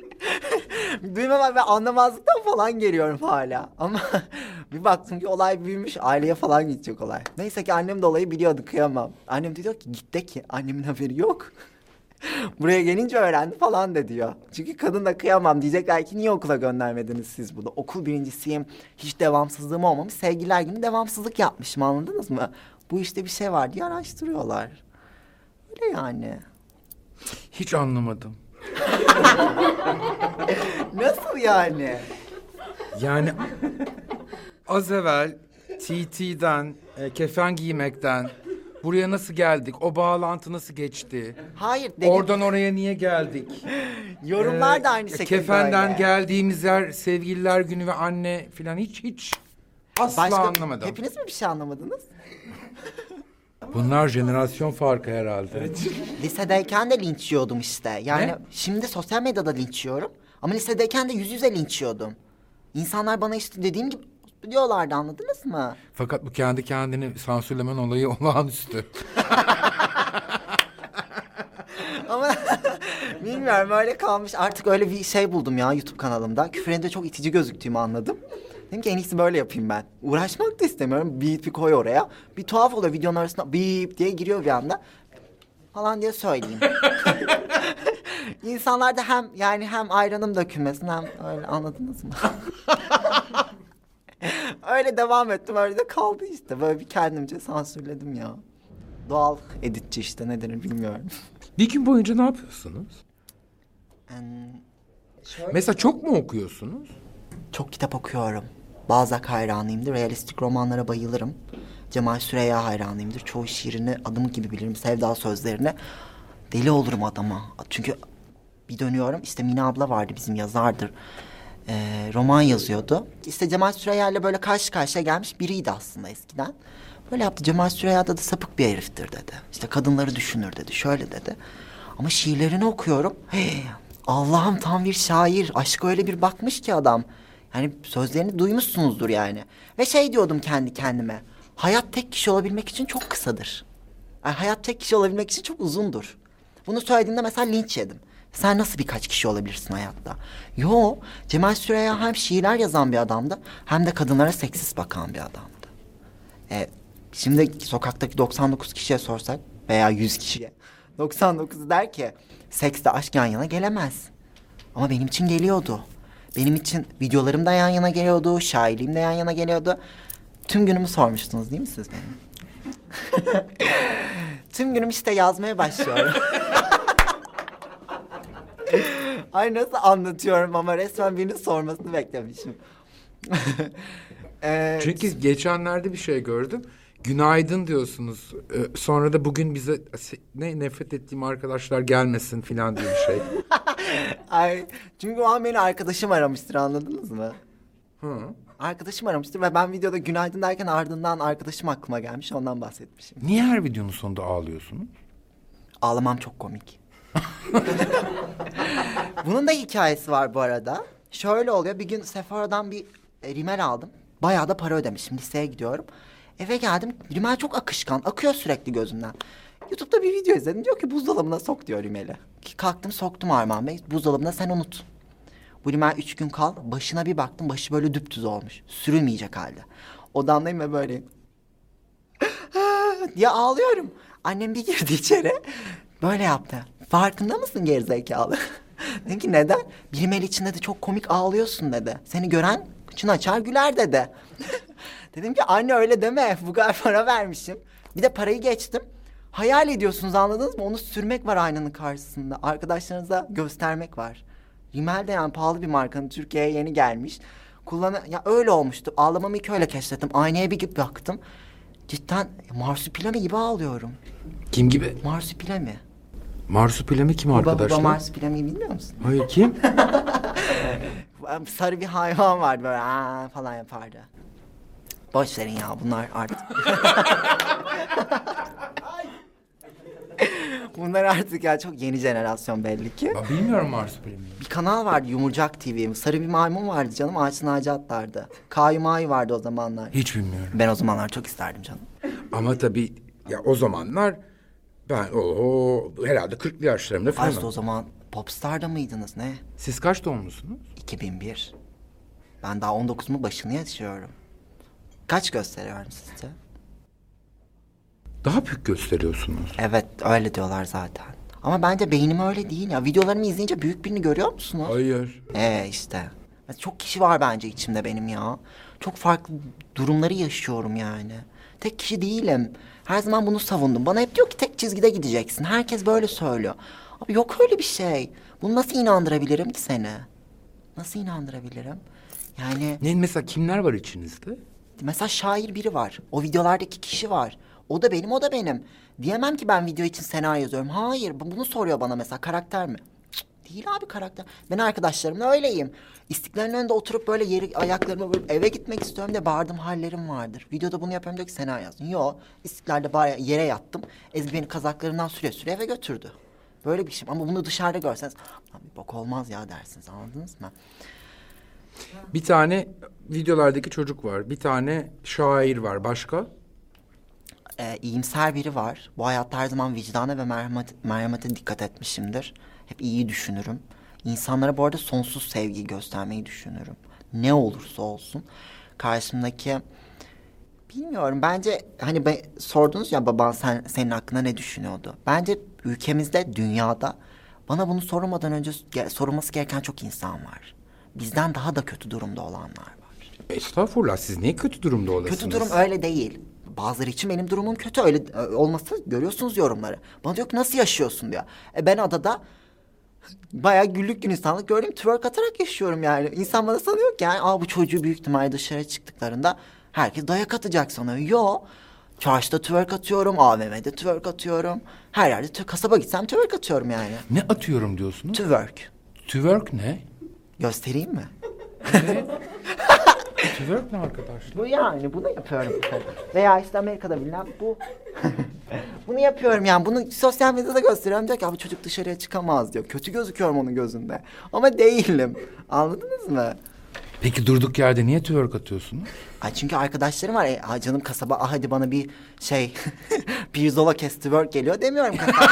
A: Duymam ve anlamazlıktan falan geliyorum hala. Ama bir baktım ki olay büyümüş. Aileye falan gidecek olay. Neyse ki annem de olayı biliyordu, kıyamam. Annem de diyor ki git de ki annemin haberi yok. Buraya gelince öğrendi falan de diyor. Çünkü kadın da kıyamam, diyecekler ki niye okula göndermediniz siz bunu? Okul birincisiyim, hiç devamsızlığım olmamış. Sevgililer günü devamsızlık yapmışım, anladınız mı? Bu işte bir şey var diye araştırıyorlar. Öyle yani.
B: Hiç anlamadım.
A: Nasıl yani?
B: Yani az evvel T T'den, e, kefen giymekten buraya nasıl geldik? O bağlantı nasıl geçti?
A: Hayır dedim.
B: Oradan oraya niye geldik?
A: Yorumlar
B: Ee,
A: da aynı şekilde
B: Kefenden
A: öyle.
B: geldiğimiz yer sevgililer günü ve anne filan hiç hiç. Asla
A: Başka,
B: anlamadım.
A: Hepiniz mi bir şey anlamadınız?
B: Bunlar jenerasyon farkı herhalde.
A: Lisedeyken de linç yiyordum işte. Yani
B: Ne?
A: şimdi sosyal medyada linç yiyorum. Ama lisedeyken de yüz yüze linç yiyordum. İnsanlar bana işte dediğim gibi diyorlardı, anladınız mı?
B: Fakat bu kendi kendini sansürlemen olayı olağanüstü.
A: Ama bilmiyorum, öyle kalmış. Artık öyle bir şey buldum ya YouTube kanalımda. Küfür edince çok itici gözüktüğümü anladım. Dedim ki en iyisi böyle yapayım ben. Uğraşmak da istemiyorum. Beep bir koy oraya. Bir tuhaf oluyor, videonun arasına beep diye giriyor bir anda. Falan diye söyleyeyim. İnsanlar da hem yani hem ayranım dökülmesin hem öyle, anladınız mı? Öyle devam ettim, öyle de kaldı işte. Böyle bir kendimce sansürledim ya. Doğal editçi işte, ne denir bilmiyorum.
B: Bir gün boyunca ne yapıyorsunuz?
A: Yani şöyle...
B: Mesela çok mu okuyorsunuz?
A: Çok kitap okuyorum. Balzac hayranıyımdır. Realistik romanlara bayılırım. Cemal Süreyya hayranıyımdır. Çoğu şiirini adım gibi bilirim. Sevda sözlerini. Deli olurum adama. Çünkü bir dönüyorum. İşte Mine abla vardı, bizim yazardır. Ee, roman yazıyordu. İşte Cemal Süreyya ile böyle karşı karşıya gelmiş biriydi aslında eskiden. Böyle yaptı. Cemal Süreyya da sapık bir heriftir dedi. İşte kadınları düşünür dedi. Şöyle dedi. Ama şiirlerini okuyorum. Hey, Allah'ım, tam bir şair. Aşka öyle bir bakmış ki adam. Yani sözlerini duymuşsunuzdur yani. Ve şey diyordum kendi kendime. Hayat tek kişi olabilmek için çok kısadır. Yani hayat tek kişi olabilmek için çok uzundur. Bunu söylediğimde mesela linç yedim. Sen nasıl birkaç kişi olabilirsin hayatta? Yo, Cemal Süreyya hem şiirler yazan bir adamdı, hem de kadınlara seksist bakan bir adamdı. E, şimdi sokaktaki doksan dokuz kişiye sorsak veya yüz kişiye, doksan dokuzu der ki seksle aşk yan yana gelemez. Ama benim için geliyordu. Benim için videolarım da yan yana geliyordu, şairliğim de yan yana geliyordu. Tüm günümü sormuştunuz değil mi siz benim? Tüm günüm işte yazmaya başlıyorum. Ay nasıl anlatıyorum ama resmen birinin sormasını beklemişim.
B: ee, Çünkü geçenlerde bir şey gördüm. Günaydın diyorsunuz. Ee, sonra da bugün bize ne nefret ettiğim arkadaşlar gelmesin falan diye bir şey.
A: Ay, çünkü o an beni arkadaşım aramıştır, anladınız mı?
B: Hı.
A: Arkadaşım aramıştır ve ben videoda günaydın derken ardından arkadaşım aklıma gelmiş, ondan bahsetmişim.
B: Niye her videonun sonunda ağlıyorsunuz?
A: Ağlamam çok komik. Bunun da hikayesi var bu arada. Şöyle oluyor, bir gün Sephora'dan bir e, rimel aldım. Bayağı da para ödemişim, liseye gidiyorum. Eve geldim, rimel çok akışkan, akıyor sürekli gözümden. YouTube'da bir video izledim, diyor ki buzdolabına sok diyor rimeli. Ki kalktım soktum Armağan Bey, buzdolabına sen unut. Bu rimel üç gün kal, başına bir baktım, başı böyle düptüz olmuş. Sürülmeyecek halde. Odamdayım ve böyleyim. diye ağlıyorum. Annem bir girdi içeri, böyle yaptı. Farkında mısın gerizekalı? Dedim ki neden? Bir rimel içinde de çok komik ağlıyorsun dedi. Seni gören kıçını açar güler dedi. Dedim ki anne öyle deme, bu kadar para vermişim. Bir de parayı geçtim. Hayal ediyorsunuz, anladınız mı? Onu sürmek var aynanın karşısında. Arkadaşlarınıza göstermek var. Rimel de yani pahalı bir markanın, Türkiye'ye yeni gelmiş. Kullan ya öyle olmuştu. Ağlamamı ilk öyle keşfettim. Aynaya bir baktım. Cidden Marsupilami gibi ağlıyorum.
B: Kim gibi?
A: Marsupilami.
B: Marsupilami kim
A: baba,
B: arkadaşlar?
A: Baba Marsupilami'yi bilmiyor musun?
B: Hayır, kim?
A: Sarı bir hayvan vardı böyle aa falan yapardı. Boş verin ya, bunlar artık. Bunlar artık ya çok yeni jenerasyon belli ki.
B: Ben bilmiyorum Marsupilami'yi.
A: Bir kanal vardı, Yumurcak T V. Sarı bir maymun vardı canım, ağaçın ağacı atlardı. Kayu vardı o zamanlar.
B: Hiç bilmiyorum.
A: Ben o zamanlar çok isterdim canım.
B: Ama tabii ya o zamanlar ben o herhalde kırklı yaşlarımda falan.
A: Aslında o zaman Popstar'da mıydınız ne?
B: Siz kaç doğumlusunuz?
A: iki bin bir. Ben daha on dokuzumun başını yaşıyorum. Kaç gösteriyorum sizce?
B: Daha büyük gösteriyorsunuz.
A: Evet, öyle diyorlar zaten. Ama bence beynim öyle değil ya. Videolarımı izleyince büyük birini görüyor musunuz?
B: Hayır.
A: Ee işte. Çok kişi var bence içimde benim ya. Çok farklı durumları yaşıyorum yani. Tek kişi değilim. Her zaman bunu savundum. Bana hep diyor ki tek çizgide gideceksin. Herkes böyle söylüyor. Abi yok öyle bir şey. Bunu nasıl inandırabilirim ki seni? Nasıl inandırabilirim? Yani...
B: Ne mesela kimler var içinizde?
A: Mesela şair biri var. O videolardaki kişi var. O da benim, o da benim. Diyemem ki ben video için senaryo yazıyorum. Hayır, bunu soruyor bana mesela, karakter mi? Cık, Değil abi karakter. Ben arkadaşlarımla öyleyim. İstiklalin önünde oturup böyle yeri ayaklarımı vurup eve gitmek istiyorum diye bağırdığım hallerim vardır. Videoda bunu yapıyorum diyor ki Sena yazdın. Yo, İstiklal'de bari yere yattım. Ezgi beni kazaklarından süre süre eve götürdü. Böyle bir şey. Ama bunu dışarıda görseniz bir bok olmaz ya dersiniz, anladınız mı?
B: Bir tane videolardaki çocuk var. Bir tane şair var. Başka?
A: Ee, iyimser biri var. Bu hayatta her zaman vicdana ve merhamet, merhamete dikkat etmişimdir. Hep iyi düşünürüm. İnsanlara bu arada sonsuz sevgi göstermeyi düşünürüm. Ne olursa olsun. Karşımdaki... Bilmiyorum, bence hani be, sordunuz ya baban sen, senin hakkında ne düşünüyordu? Bence ülkemizde, dünyada bana bunu sormadan önce ge- sorulması gereken çok insan var. Bizden daha da kötü durumda olanlar var.
B: Estağfurullah, siz niye kötü durumda olasınız?
A: Kötü durum öyle değil. Bazıları için benim durumum kötü, öyle e, olması görüyorsunuz yorumları. Bana diyor ki nasıl yaşıyorsun diyor. E ben adada bayağı güllük gülistanlık gördüm, twerk atarak yaşıyorum yani. İnsan bana sanıyor ki yani aa bu çocuğu büyük ihtimalle dışarı çıktıklarında herkes dayak atacak sanıyor. Yo. Çarşıda twerk atıyorum, A V M'de twerk atıyorum. Her yerde tw- kasaba gitsem twerk atıyorum yani.
B: Ne atıyorum diyorsunuz?
A: Twerk.
B: Twerk ne?
A: Göstereyim mi?
B: Twerk ne arkadaşlar?
A: Bu yani bunu yapıyorum. Veya işte Amerika'da bilinen bu. Bunu yapıyorum yani. Bunu sosyal medyada gösteriyorum. Diyor ki abi çocuk dışarıya çıkamaz diyor. Kötü gözüküyorum onun gözünde. Ama değilim. Anladınız mı?
B: Peki durduk yerde niye twerk atıyorsunuz?
A: Ay çünkü arkadaşlarım var. E, "Aa canım kasaba ah hadi bana bir şey pirzola kes twerk geliyor" demiyorum kasaba.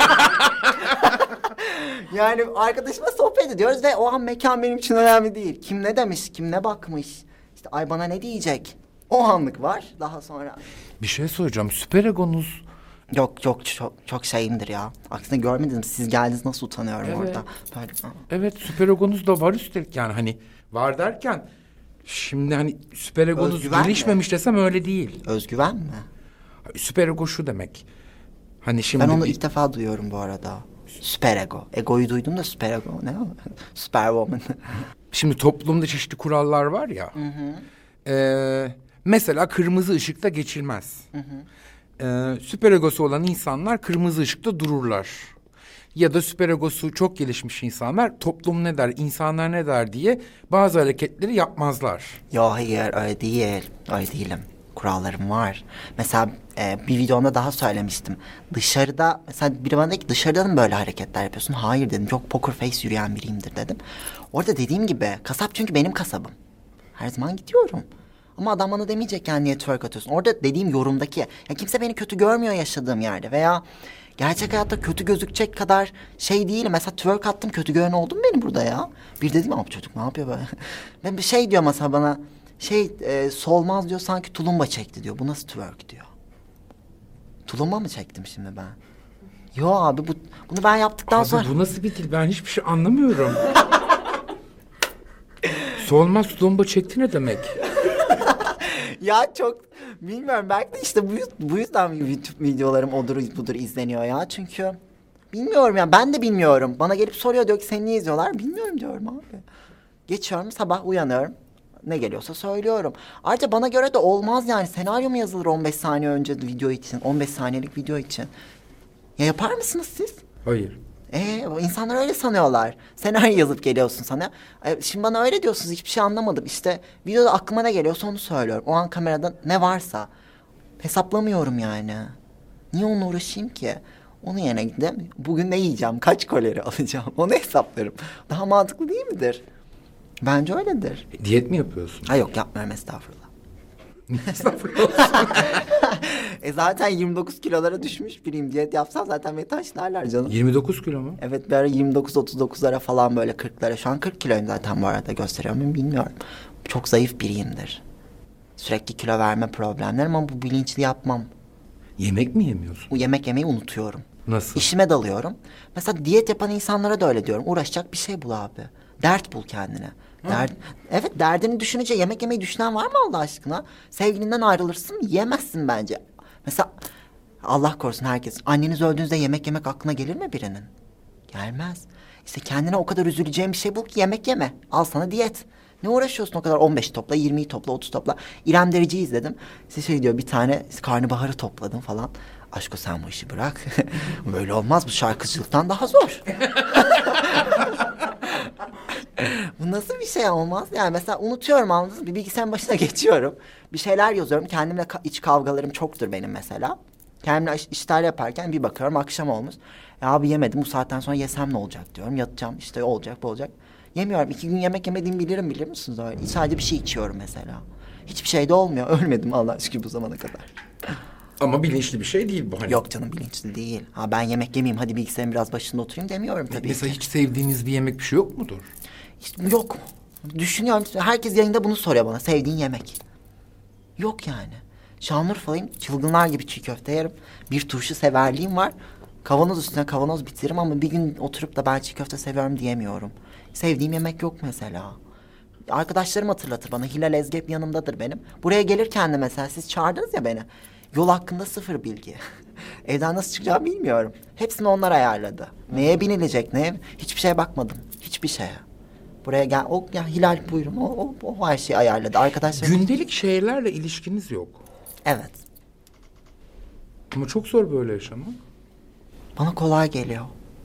A: Yani arkadaşıma sohbet ediyoruz ve o an mekan benim için önemli değil. Kim ne demiş, kim ne bakmış. İşte ay bana ne diyecek. O anlık var, daha sonra.
B: Bir şey soracağım. Süper egonuz...
A: Yok yok çok, çok şeyimdir ya. Aksine görmediniz, siz geldiniz nasıl utanıyorum
B: Evet.
A: orada. Böyle, aa.
B: Evet, süper egonuz da var üstelik yani hani var derken... Şimdi hani süper egonuz
A: Özgüven
B: gelişmemiş
A: mi?
B: desem öyle değil.
A: Özgüven mi?
B: Süper ego şu demek. Hani şimdi...
A: Ben onu
B: bir-
A: ilk defa duyuyorum bu arada. Süper ego. Egoyu duydum da süper ego ne o? Superwoman.
B: Şimdi toplumda çeşitli kurallar var ya. Ee, mesela kırmızı ışıkta geçilmez. Ee, süper egosu olan insanlar kırmızı ışıkta dururlar. Ya da süper egosu çok gelişmiş insanlar toplum ne der, insanlar ne der diye bazı hareketleri yapmazlar.
A: Yo hayır öyle değil. Öyle değilim. Kurallarım var. Mesela e, bir videomda daha söylemiştim. Dışarıda mesela biri bana dedi ki dışarıda mı böyle hareketler yapıyorsun? Hayır dedim. Çok poker face yürüyen biriyimdir dedim. Orada dediğim gibi kasap çünkü benim kasabım. Her zaman gidiyorum. Ama adam bana demeyecek yani niye twerk atıyorsun. Orada dediğim yorumdaki ya kimse beni kötü görmüyor yaşadığım yerde veya gerçek hayatta kötü gözükecek kadar şey değilim. Mesela twerk attım kötü gören oldu mu benim burada ya? Bir dedim abi çocuk ne yapıyor böyle? Ben bir şey diyor mesela bana şey e, solmaz diyor sanki tulumba çekti diyor. Bu nasıl twerk diyor. Tulumba mı çektim şimdi ben? Yo abi bu bunu ben yaptıktan
B: Abi
A: sonra.
B: bu nasıl bir dil? Ben hiçbir şey anlamıyorum. Solmaz tulumba çekti ne demek?
A: Ya çok bilmiyorum belki de işte bu, yüz- bu yüzden YouTube videolarım odur budur izleniyor ya. Çünkü bilmiyorum ya ben de bilmiyorum. Bana gelip soruyor diyor ki seni niye izliyorlar? Bilmiyorum diyorum abi. Geçiyorum sabah uyanıyorum. Ne geliyorsa söylüyorum. Ayrıca bana göre de olmaz yani. Senaryo mu yazılır on beş saniye önce video için? on beş saniyelik video için. Ya yapar mısınız siz?
B: Hayır.
A: Ee, insanlar öyle sanıyorlar. Senaryo yazıp geliyorsun sana. Ee, şimdi bana öyle diyorsunuz hiçbir şey anlamadım. İşte videoda aklıma ne geliyorsa onu söylüyorum. O an kamerada ne varsa. Hesaplamıyorum yani. Niye onunla uğraşayım ki? Onun yerine gideyim. Bugün ne yiyeceğim? Kaç kalori alacağım? Onu hesaplarım. Daha mantıklı değil midir? Bence öyledir.
B: E, diyet mi yapıyorsun?
A: Ha yok yapmıyorum estağfurullah.
B: Estağfurullah.
A: E zaten yirmi dokuz kilolara düşmüş biriyim. Diyet yapsam zaten beni taşlarlar canım.
B: yirmi dokuz kilo mu?
A: Evet bir ara yirmi dokuz otuz dokuzlara falan böyle kırklara. Şu an kırk kiloyum zaten bu arada gösteriyor muyum bilmiyorum. Çok zayıf biriyimdir. Sürekli kilo verme problemlerim ama bu bilinçli yapmam.
B: Yemek mi yemiyorsun?
A: Bu yemek yemeyi unutuyorum.
B: Nasıl?
A: İşime dalıyorum. Mesela diyet yapan insanlara da öyle diyorum. Uğraşacak bir şey bul abi. Dert bul kendine. Dert, evet derdini düşününce yemek yemeyi düşünen var mı Allah aşkına? Sevgilinden ayrılırsın yemezsin bence. Mesela Allah korusun herkes. Anneniz öldüğünüzde yemek yemek aklına gelir mi birinin? Gelmez. İşte kendine o kadar üzüleceğin bir şey bul ki yemek yeme. Al sana diyet. Ne uğraşıyorsun o kadar? on beş topla, yirmiyi topla, otuz topla. İrem Derici'yi izledim. İşte şey diyor, bir tane karnabaharı topladım falan. Aşko sen bu işi bırak. Böyle olmaz, bu şarkıcılıktan daha zor. Bu nasıl bir şey olmaz? Yani mesela unutuyorum, anladınız mı? Bir bilgisayarın başına geçiyorum. Bir şeyler yazıyorum. Kendimle ka- iç kavgalarım çoktur benim mesela. Kendimle iş- işler yaparken bir bakıyorum akşam olmuş. Ya abi yemedim, bu saatten sonra yesem ne olacak diyorum. Yatacağım işte, olacak bu olacak. Yemiyorum. İki gün yemek yemediğimi bilirim, bilir misiniz öyle? Sadece bir şey içiyorum mesela. Hiçbir şey de olmuyor. Ölmedim Allah aşkına bu zamana kadar.
B: Ama bilinçli bir şey değil bu hani.
A: Yok canım, bilinçli değil. Ha ben yemek yemeyeyim, hadi bilgisayarın biraz başında oturayım demiyorum tabii
B: Mesela
A: ki.
B: hiç sevdiğiniz bir yemek bir şey yok mudur?
A: İşte yok. Düşünüyorum. Herkes yayında bunu soruyor bana. Sevdiğin yemek. Yok yani. Şanlıurfalıyım. Çılgınlar gibi çiğ köfte yerim. Bir turşu severliğim var. Kavanoz üstüne kavanoz bitiririm ama bir gün oturup da ben çiğ köfte seviyorum diyemiyorum. Sevdiğim yemek yok mesela. Arkadaşlarım hatırlatır bana. Hilal Ezgi hep yanımdadır benim. Buraya gelirken de mesela siz çağırdınız ya beni. Yol hakkında sıfır bilgi. Evden nasıl çıkacağımı bilmiyorum. Hepsini onlar ayarladı. Neye binilecek, neye... Hiçbir şeye bakmadım. Hiçbir şeye. Buraya gel. O ya Hilal buyurun. O, o, o her şeyi ayarladı. Arkadaşlar.
B: Gündelik şeylerle ilişkiniz yok.
A: Evet.
B: Ama çok zor böyle yaşamak.
A: Bana kolay geliyor.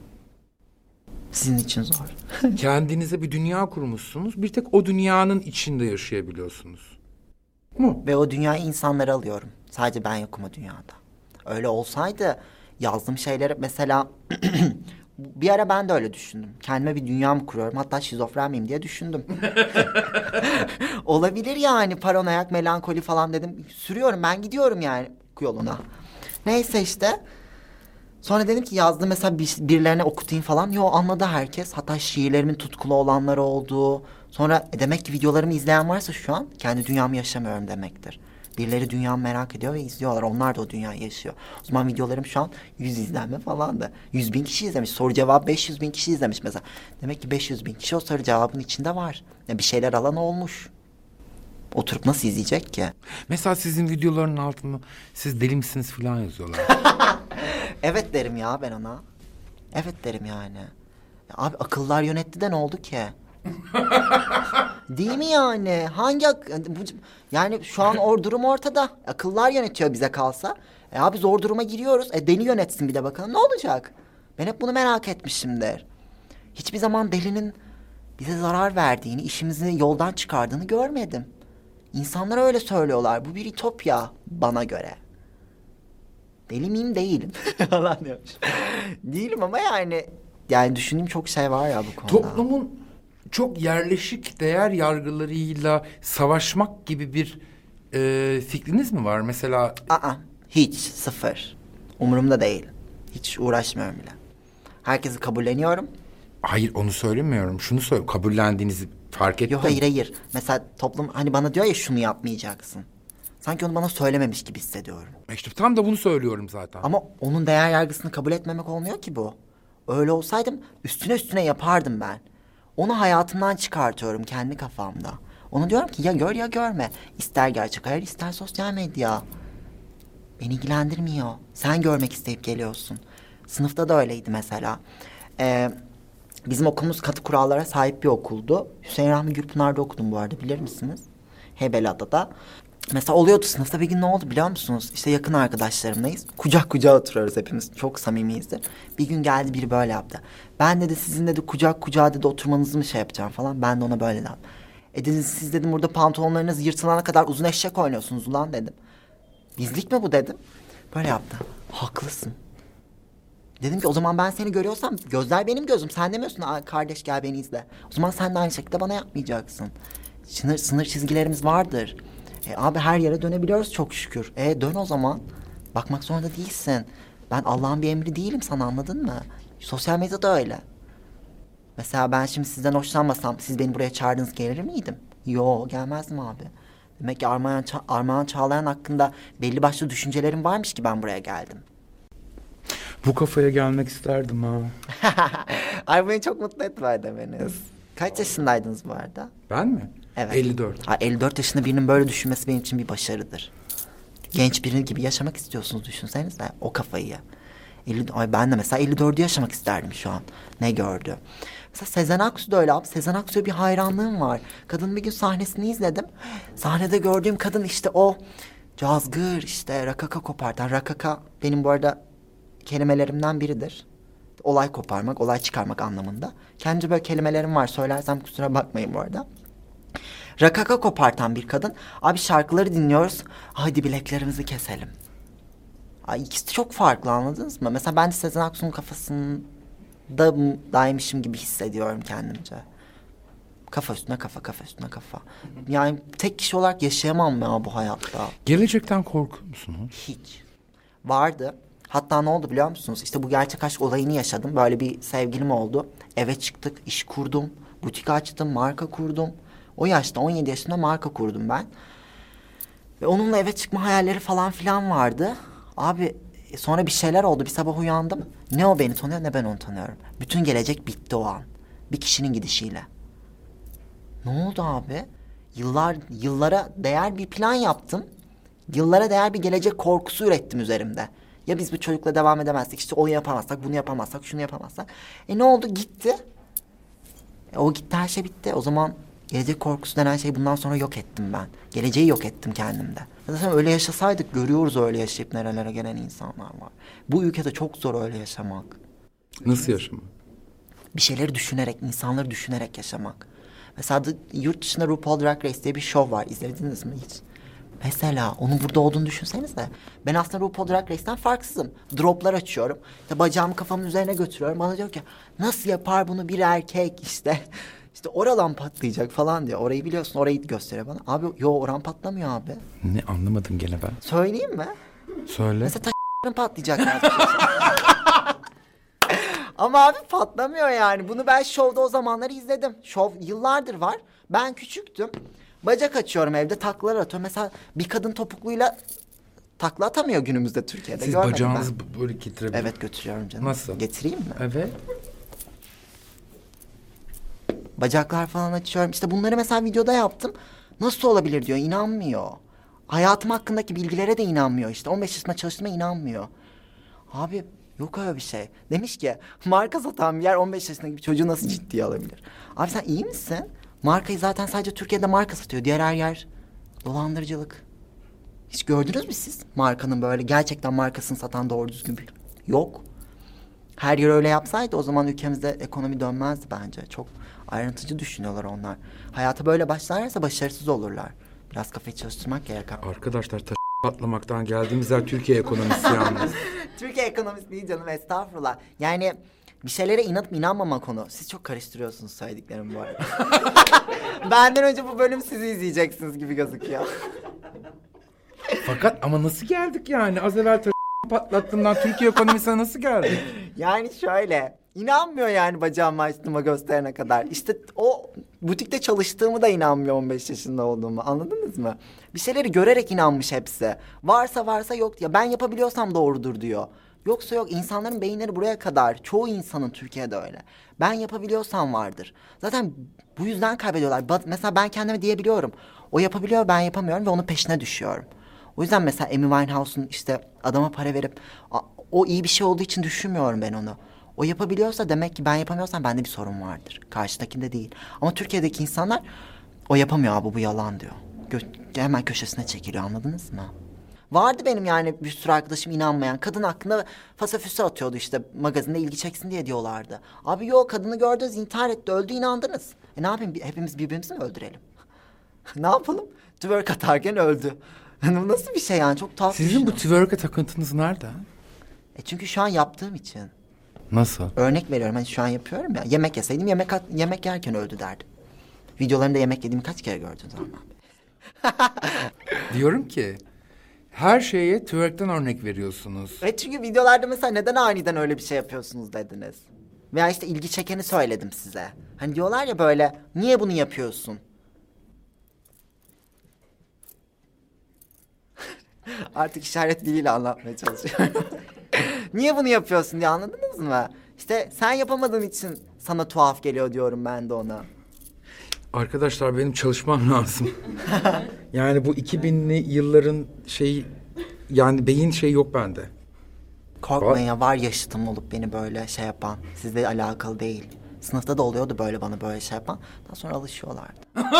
A: Sizin için zor.
B: Kendinize bir dünya kurmuşsunuz. Bir tek o dünyanın içinde yaşayabiliyorsunuz. Mu?
A: Ve o dünyayı insanlara alıyorum. Sadece ben yokum o dünyada. Öyle olsaydı yazdığım şeyleri mesela bir ara ben de öyle düşündüm. Kendime bir dünya mı kuruyorum? Hatta şizofren miyim diye düşündüm. Olabilir yani, paranoyak, melankoli falan dedim. Sürüyorum, ben gidiyorum yani yoluna. Neyse işte. Sonra dedim ki yazdım mesela bir, birilerine okutayım falan. Yo, anladı herkes. Hatta şiirlerimin tutkulu olanları oldu. Sonra e, demek ki videolarımı izleyen varsa şu an kendi dünyamı yaşamıyorum demektir. Birileri dünyamı merak ediyor ve izliyorlar. Onlar da o dünyayı yaşıyor. O zaman videolarım şu an yüz izlenme falan da. Yüz bin kişi izlemiş. Soru cevap beş yüz bin kişi izlemiş mesela. Demek ki beş yüz bin kişi o soru cevabın içinde var. Ya bir şeyler alan olmuş. Oturup nasıl izleyecek ki?
B: Mesela sizin videoların altında siz deli misiniz falan yazıyorlar.
A: Evet derim ya ben ona. Evet derim yani. Ya abi akıllar yönetti de ne oldu ki? Değil mi yani? Hangi ak- bu, yani şu an or durum ortada. Akıllar yönetiyor bize kalsa. E abi zor duruma giriyoruz. E deli yönetsin bir de bakalım ne olacak? Ben hep bunu merak etmişimdir. Hiçbir zaman delinin bize zarar verdiğini, işimizi yoldan çıkardığını görmedim. İnsanlar öyle söylüyorlar. Bu bir ütopya bana göre. Deli miyim? Değilim. Falan diyormuş. Değilim ama yani... Yani düşündüğüm çok şey var ya bu konuda.
B: Toplumun çok yerleşik değer yargılarıyla savaşmak gibi bir e, fikriniz mi var? Mesela...
A: Aa, hiç, sıfır. Umurumda değil. Hiç uğraşmıyorum bile. Herkesi kabulleniyorum.
B: Hayır, onu söylemiyorum. Şunu söyle, kabullendiğinizi fark ettim.
A: Yok hayır hayır. Mesela toplum hani bana diyor ya şunu yapmayacaksın. Sanki onu bana söylememiş gibi hissediyorum.
B: İşte tam da bunu söylüyorum zaten.
A: Ama onun değer yargısını kabul etmemek olmuyor ki bu. Öyle olsaydım üstüne üstüne yapardım ben. Onu hayatımdan çıkartıyorum kendi kafamda. Onu diyorum ki ya gör ya görme. İster gerçek hayat ister sosyal medya. Beni ilgilendirmiyor. Sen görmek isteyip geliyorsun. Sınıfta da öyleydi mesela. Ee, bizim okulumuz katı kurallara sahip bir okuldu. Hüseyin Rahmi Gürpınar'da okudum bu arada, bilir misiniz? Heybeliada'da. Mesela oluyordu sınıfta, bir gün ne oldu biliyor musunuz? İşte yakın arkadaşlarımlayız. Kucak kucağa oturuyoruz hepimiz. Çok samimiyizdir. Bir gün geldi biri böyle yaptı. Ben dedi sizin dedi kucak kucağa dedi oturmanızı mı şey yapacağım falan. Ben de ona böyle dedim. E dedi siz dedim burada pantolonlarınız yırtılana kadar uzun eşek oynuyorsunuz ulan dedim. Bizlik mi bu dedim. Böyle yaptı. Haklısın. Dedim ki o zaman ben seni görüyorsam gözler benim gözüm. Sen demiyorsun Aa, kardeş gel beni izle. O zaman sen de aynı şekilde bana yapmayacaksın. Sınır, sınır çizgilerimiz vardır. E, abi her yere dönebiliyoruz çok şükür. E dön o zaman. Bakmak zorunda değilsin. Ben Allah'ın bir emri değilim sana, anladın mı? Sosyal medyada öyle. Mesela ben şimdi sizden hoşlanmasam siz beni buraya çağırdınız, gelir miydim? Yo, gelmezdim abi. Demek ki Armağan, Ça- Armağan Çağlayan hakkında belli başlı düşüncelerim varmış ki ben buraya geldim.
B: Bu kafaya gelmek isterdim ha.
A: Ay beni çok mutlu etmediniz. Kaç yaşındaydınız bu arada?
B: Ben mi?
A: Evet.
B: elli dört.
A: Ha, elli dört yaşında birinin böyle düşünmesi benim için bir başarıdır. Genç biri gibi yaşamak istiyorsunuz, düşünsenize o kafayı. elli, ay ben de mesela elli dördü yaşamak isterdim şu an. Ne gördü? Mesela Sezen Aksu da öyle abi. Sezen Aksu'ya bir hayranlığım var. Kadının bir gün sahnesini izledim. Sahnede gördüğüm kadın işte o cazgır işte rakaka kopartan. Rakaka benim bu arada kelimelerimden biridir. Olay koparmak, olay çıkarmak anlamında. Kendi böyle kelimelerim var. Söylersem kusura bakmayın bu arada. Rakaka kopartan bir kadın. Abi şarkıları dinliyoruz. Hadi bileklerimizi keselim. Ay, ikisi çok farklı, anladınız mı? Mesela ben de Sezen Aksu'nun kafasında daymışım gibi hissediyorum kendimce. Kafa üstüne kafa, kafa üstüne kafa. Yani tek kişi olarak yaşayamam ya bu hayatta.
B: Gelecekten korkuyor musunuz?
A: Hiç. Vardı. Hatta ne oldu biliyor musunuz? İşte bu gerçek aşk olayını yaşadım. Böyle bir sevgilim oldu. Eve çıktık, iş kurdum. Butik açtım, marka kurdum. O yaşta on yedi yaşında marka kurdum ben. Ve onunla eve çıkma hayalleri falan filan vardı. Abi sonra bir şeyler oldu. Bir sabah uyandım. Ne o beni tanıyor ne ben onu tanıyorum. Bütün gelecek bitti o an. Bir kişinin gidişiyle. Ne oldu abi? Yıllar, yıllara değer bir plan yaptım. Yıllara değer bir gelecek korkusu ürettim üzerimde. Ya biz bu çocukla devam edemezsek, işte onu yapamazsak, bunu yapamazsak, şunu yapamazsak. E ne oldu? Gitti. E, o gitti, her şey bitti. O zaman gelecek korkusu denen şeyi bundan sonra yok ettim ben. Geleceği yok ettim kendimde. Zaten öyle yaşasaydık, görüyoruz öyle yaşayıp nerelere gelen insanlar var. Bu ülkede çok zor öyle yaşamak.
B: Nasıl yaşamak?
A: Bir şeyleri düşünerek, insanları düşünerek yaşamak. Mesela da, yurt dışında RuPaul Drag Race diye bir show var. İzlediniz mi hiç? Mesela onun burada olduğunu düşünsenize. Ben aslında RuPaul Drag Race'ten farksızım. Droplar açıyorum. İşte bacağımı kafamın üzerine götürüyorum. Bana diyor ki nasıl yapar bunu bir erkek işte. İşte oradan patlayacak falan diyor. Orayı biliyorsun, orayı gösteriyor bana. Abi yo, oran patlamıyor abi.
B: Ne, anlamadım gene ben.
A: Söyleyeyim mi?
B: Söyle.
A: Mesela taşın patlayacak yazmış. Ama abi patlamıyor yani. Bunu ben şovda o zamanları izledim. Şov yıllardır var. Ben küçüktüm. Bacak açıyorum evde, taklalar atıyorum. Mesela bir kadın topukluyla takla atamıyor günümüzde Türkiye'de.
B: Siz
A: Görmedim
B: bacağınızı
A: ben.
B: böyle getirebilir.
A: Evet, götürüyorum canım.
B: Nasıl?
A: Getireyim mi?
B: Evet.
A: Bacaklar falan açıyorum. İşte bunları mesela videoda yaptım. Nasıl olabilir diyor. İnanmıyor. Hayatım hakkındaki bilgilere de inanmıyor işte. on beş yaşında çalıştığıma inanmıyor. Abi yok öyle bir şey. Demiş ki marka satan bir yer on beş yaşındaki bir çocuğu nasıl ciddiye alabilir? Abi sen iyi misin? Markayı zaten sadece Türkiye'de marka satıyor. Diğer her yer dolandırıcılık. Hiç gördünüz mü siz markanın böyle gerçekten markasını satan doğru düzgün bir... Yok. Her yer öyle yapsaydı o zaman ülkemizde ekonomi dönmezdi bence. Çok ayrıntıcı düşünüyorlar onlar. Hayata böyle başlarlarsa başarısız olurlar. Biraz kafayı çalıştırmak gerekiyor.
B: Arkadaşlar taş patlamaktan geldiğimiz yer Türkiye ekonomisi yalnız.
A: Türkiye ekonomisi değil canım, estağfurullah. Yani bir şeylere inanıp inanmama konu. Siz çok karıştırıyorsunuz söylediklerimi bu arada. Benden önce bu bölüm sizi izleyeceksiniz gibi gözüküyor.
B: Fakat ama nasıl geldik yani? Az evvel taş patlattığımdan Türkiye ekonomisine nasıl geldik?
A: Yani şöyle, inanmıyor yani bacağımı açtığıma gösterene kadar. İşte o butikte çalıştığımı da inanmıyor on beş yaşında olduğumu, anladınız mı? Bir şeyleri görerek inanmış hepsi. Varsa varsa yok diyor. Ben yapabiliyorsam doğrudur diyor. Yoksa yok. İnsanların beyinleri buraya kadar. Çoğu insanın Türkiye'de öyle. Ben yapabiliyorsam vardır. Zaten bu yüzden kaybediyorlar. Ba- mesela ben kendime diyebiliyorum. O yapabiliyor, ben yapamıyorum ve onun peşine düşüyorum. O yüzden mesela Amy Winehouse'un işte adama para verip a- o iyi bir şey olduğu için düşünmüyorum ben onu. O yapabiliyorsa demek ki ben yapamıyorsam bende bir sorun vardır. Karşıdakinde değil. Ama Türkiye'deki insanlar o yapamıyor abi, bu yalan diyor. Gö- hemen köşesine çekiliyor, anladınız mı? Vardı benim yani bir sürü arkadaşım inanmayan. Kadın hakkında fasafüse atıyordu işte, magazinde ilgi çeksin diye diyorlardı. Abi yok, kadını gördünüz intihar etti, öldü, inandınız. E ne yapayım, hepimiz birbirimizi mi öldürelim? Ne yapalım? Twerk atarken öldü. Bu nasıl bir şey yani, çok tuhaf.
B: Sizin bu twerk'e takıntınız nerede?
A: E çünkü şu an yaptığım için.
B: Nasıl?
A: Örnek veriyorum, hani şu an yapıyorum ya. Yemek yeseydim yemek at- yemek yerken öldü derdim. Videolarımda yemek yediğimi kaç kere gördünüz ama.
B: Diyorum ki her şeye twerk'ten örnek veriyorsunuz.
A: E çünkü videolarda mesela neden aniden öyle bir şey yapıyorsunuz dediniz. Veya işte ilgi çekeni söyledim size. Hani diyorlar ya böyle, niye bunu yapıyorsun? Artık işaret diliyle anlatmaya çalışıyorum. Niye bunu yapıyorsun diye, anladınız mı? İşte sen yapamadığın için sana tuhaf geliyor diyorum ben de ona.
B: Arkadaşlar benim çalışmam lazım. Yani bu iki binli yılların şey, yani beyin şey yok bende.
A: Korkmayın ya, var yaşıtım olup beni böyle şey yapan. Sizle alakalı değil. Sınıfta da oluyordu böyle bana böyle şey yapan. Daha sonra alışıyorlardı.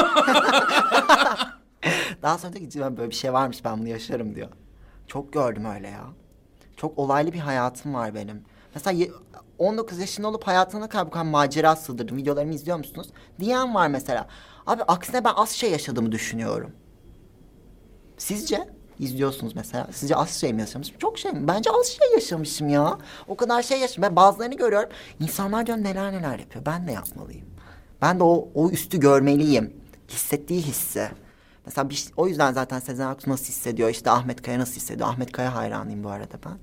A: Daha sonra diyor ki "Ben böyle bir şey varmış, ben bunu yaşarım" diyor. Çok gördüm öyle ya. Çok olaylı bir hayatım var benim. Mesela ye- on dokuz yaşında olup hayatına kadar bu kadar macera sığdırdım. Videolarımı izliyor musunuz? Diyen var mesela. Abi aksine ben az şey yaşadığımı düşünüyorum. Sizce? İzliyorsunuz mesela. Sizce az şey mi yaşamışım? Çok şey mi? Bence az şey yaşamışım ya. O kadar şey yaşamışım. Ben bazılarını görüyorum. İnsanlar diyor neler neler yapıyor. Ben de yapmalıyım. Ben de o, o üstü görmeliyim. Hissettiği hissi. Mesela bir, o yüzden zaten Sezen Aksu nasıl hissediyor? İşte Ahmet Kaya nasıl hissediyor? Ahmet Kaya hayranıyım bu arada ben.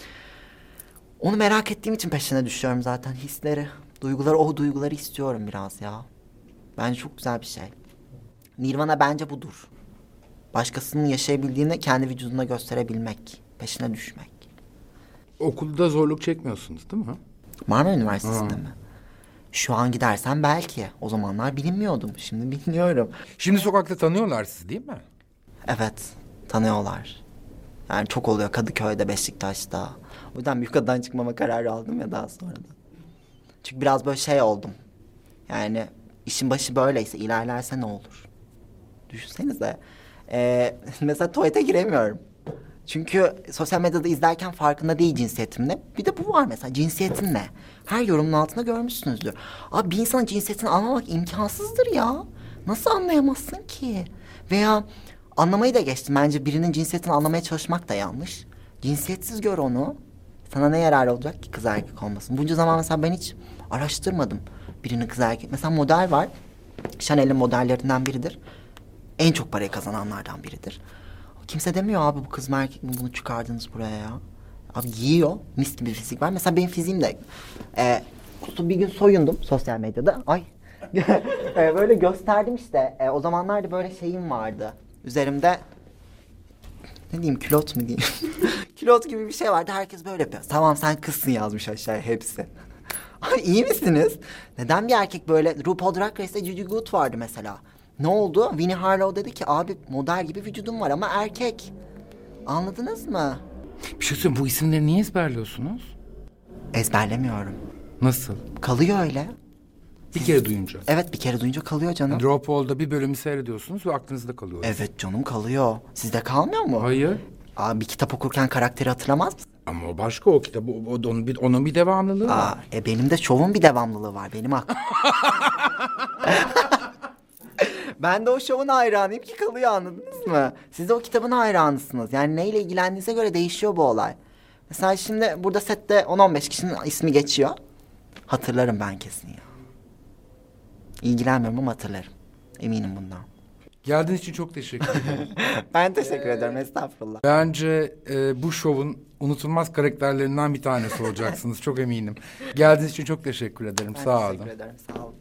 A: Onu merak ettiğim için peşine düşüyorum zaten. Hisleri, duyguları, o duyguları istiyorum biraz ya. Bence çok güzel bir şey. Nirvana bence budur. Başkasının yaşayabildiğini kendi vücuduna gösterebilmek. Peşine düşmek.
B: Okulda zorluk çekmiyorsunuz değil mi?
A: Marmara Üniversitesi'nde mi? Şu an gidersem belki. O zamanlar bilinmiyordum. Şimdi biliniyorum.
B: Şimdi sokakta tanıyorlar sizi değil mi?
A: Evet. Tanıyorlar. Yani çok oluyor Kadıköy'de, Beşiktaş'ta. O yüzden Büyükada'dan çıkmama kararı aldım ya daha sonra da. Çünkü biraz böyle şey oldum. Yani işin başı böyleyse ilerlerse ne olur? Düşünsenize. Ee, mesela tuvalete giremiyorum. Çünkü sosyal medyada izlerken farkında değil cinsiyetimin. Bir de bu var mesela, cinsiyetin ne? Her yorumun altında görmüşsünüzdür. Abi bir insanın cinsiyetini anlamak imkansızdır ya. Nasıl anlayamazsın ki? Veya anlamayı da geçtim. Bence birinin cinsiyetini anlamaya çalışmak da yanlış. Cinsiyetsiz gör onu. Sana ne yarar olacak ki kız erkek olmasın? Bunca zaman mesela ben hiç araştırmadım birinin kız erkek. Mesela model var. Chanel'in modellerinden biridir. En çok parayı kazananlardan biridir. Kimse demiyor abi bu kız mı erkek mi, bunu çıkardınız buraya ya. Abi giyiyor, mis gibi bir fizik var. Mesela benim fiziğim de e, bir gün soyundum sosyal medyada. Ay e, böyle gösterdim işte. E, o zamanlarda böyle şeyim vardı. Üzerimde ne diyeyim, külot mu diyeyim? Külot gibi bir şey vardı. Herkes böyle yapıyor. Tamam sen kızsın yazmış aşağıya hepsi. Ay iyi misiniz? Neden bir erkek böyle? RuPaul Drag Race'te Gigi Good vardı mesela. Ne oldu? Winnie Harlow dedi ki abi model gibi vücudum var ama erkek. Anladınız mı?
B: Bir şey söyleyeyim, bu isimleri niye ezberliyorsunuz?
A: Ezberlemiyorum.
B: Nasıl?
A: Kalıyor öyle.
B: Bir kere duyunca.
A: Evet, bir kere duyunca kalıyor canım.
B: RuPaul'da bir bölümü seyrediyorsunuz ve aklınızda kalıyor.
A: Evet canım, kalıyor. Sizde kalmıyor mu?
B: Hayır.
A: Aa, bir kitap okurken karakteri hatırlamaz mısın?
B: Ama o başka, o kitap. O, o- onun, bir, onun bir devamlılığı
A: Aa,
B: var.
A: e, benim de şovun bir devamlılığı var. Benim aklım. Ben de o şovun hayranıyım ki kalıyor, anladınız mı? Siz de o kitabın hayranısınız. Yani neyle ilgilendiğinize göre değişiyor bu olay. Mesela şimdi burada sette on on beş kişinin ismi geçiyor. Hatırlarım ben kesin ya. İlgilenmiyorum ama hatırlarım. Eminim bundan.
B: Geldiğiniz için çok teşekkür ederim.
A: Ben teşekkür ederim, estağfurullah.
B: Bence e, bu şovun unutulmaz karakterlerinden bir tanesi olacaksınız. Çok eminim. Geldiğiniz için çok teşekkür ederim.
A: Ben
B: Sağ
A: teşekkür
B: olun.
A: ederim, sağ olun.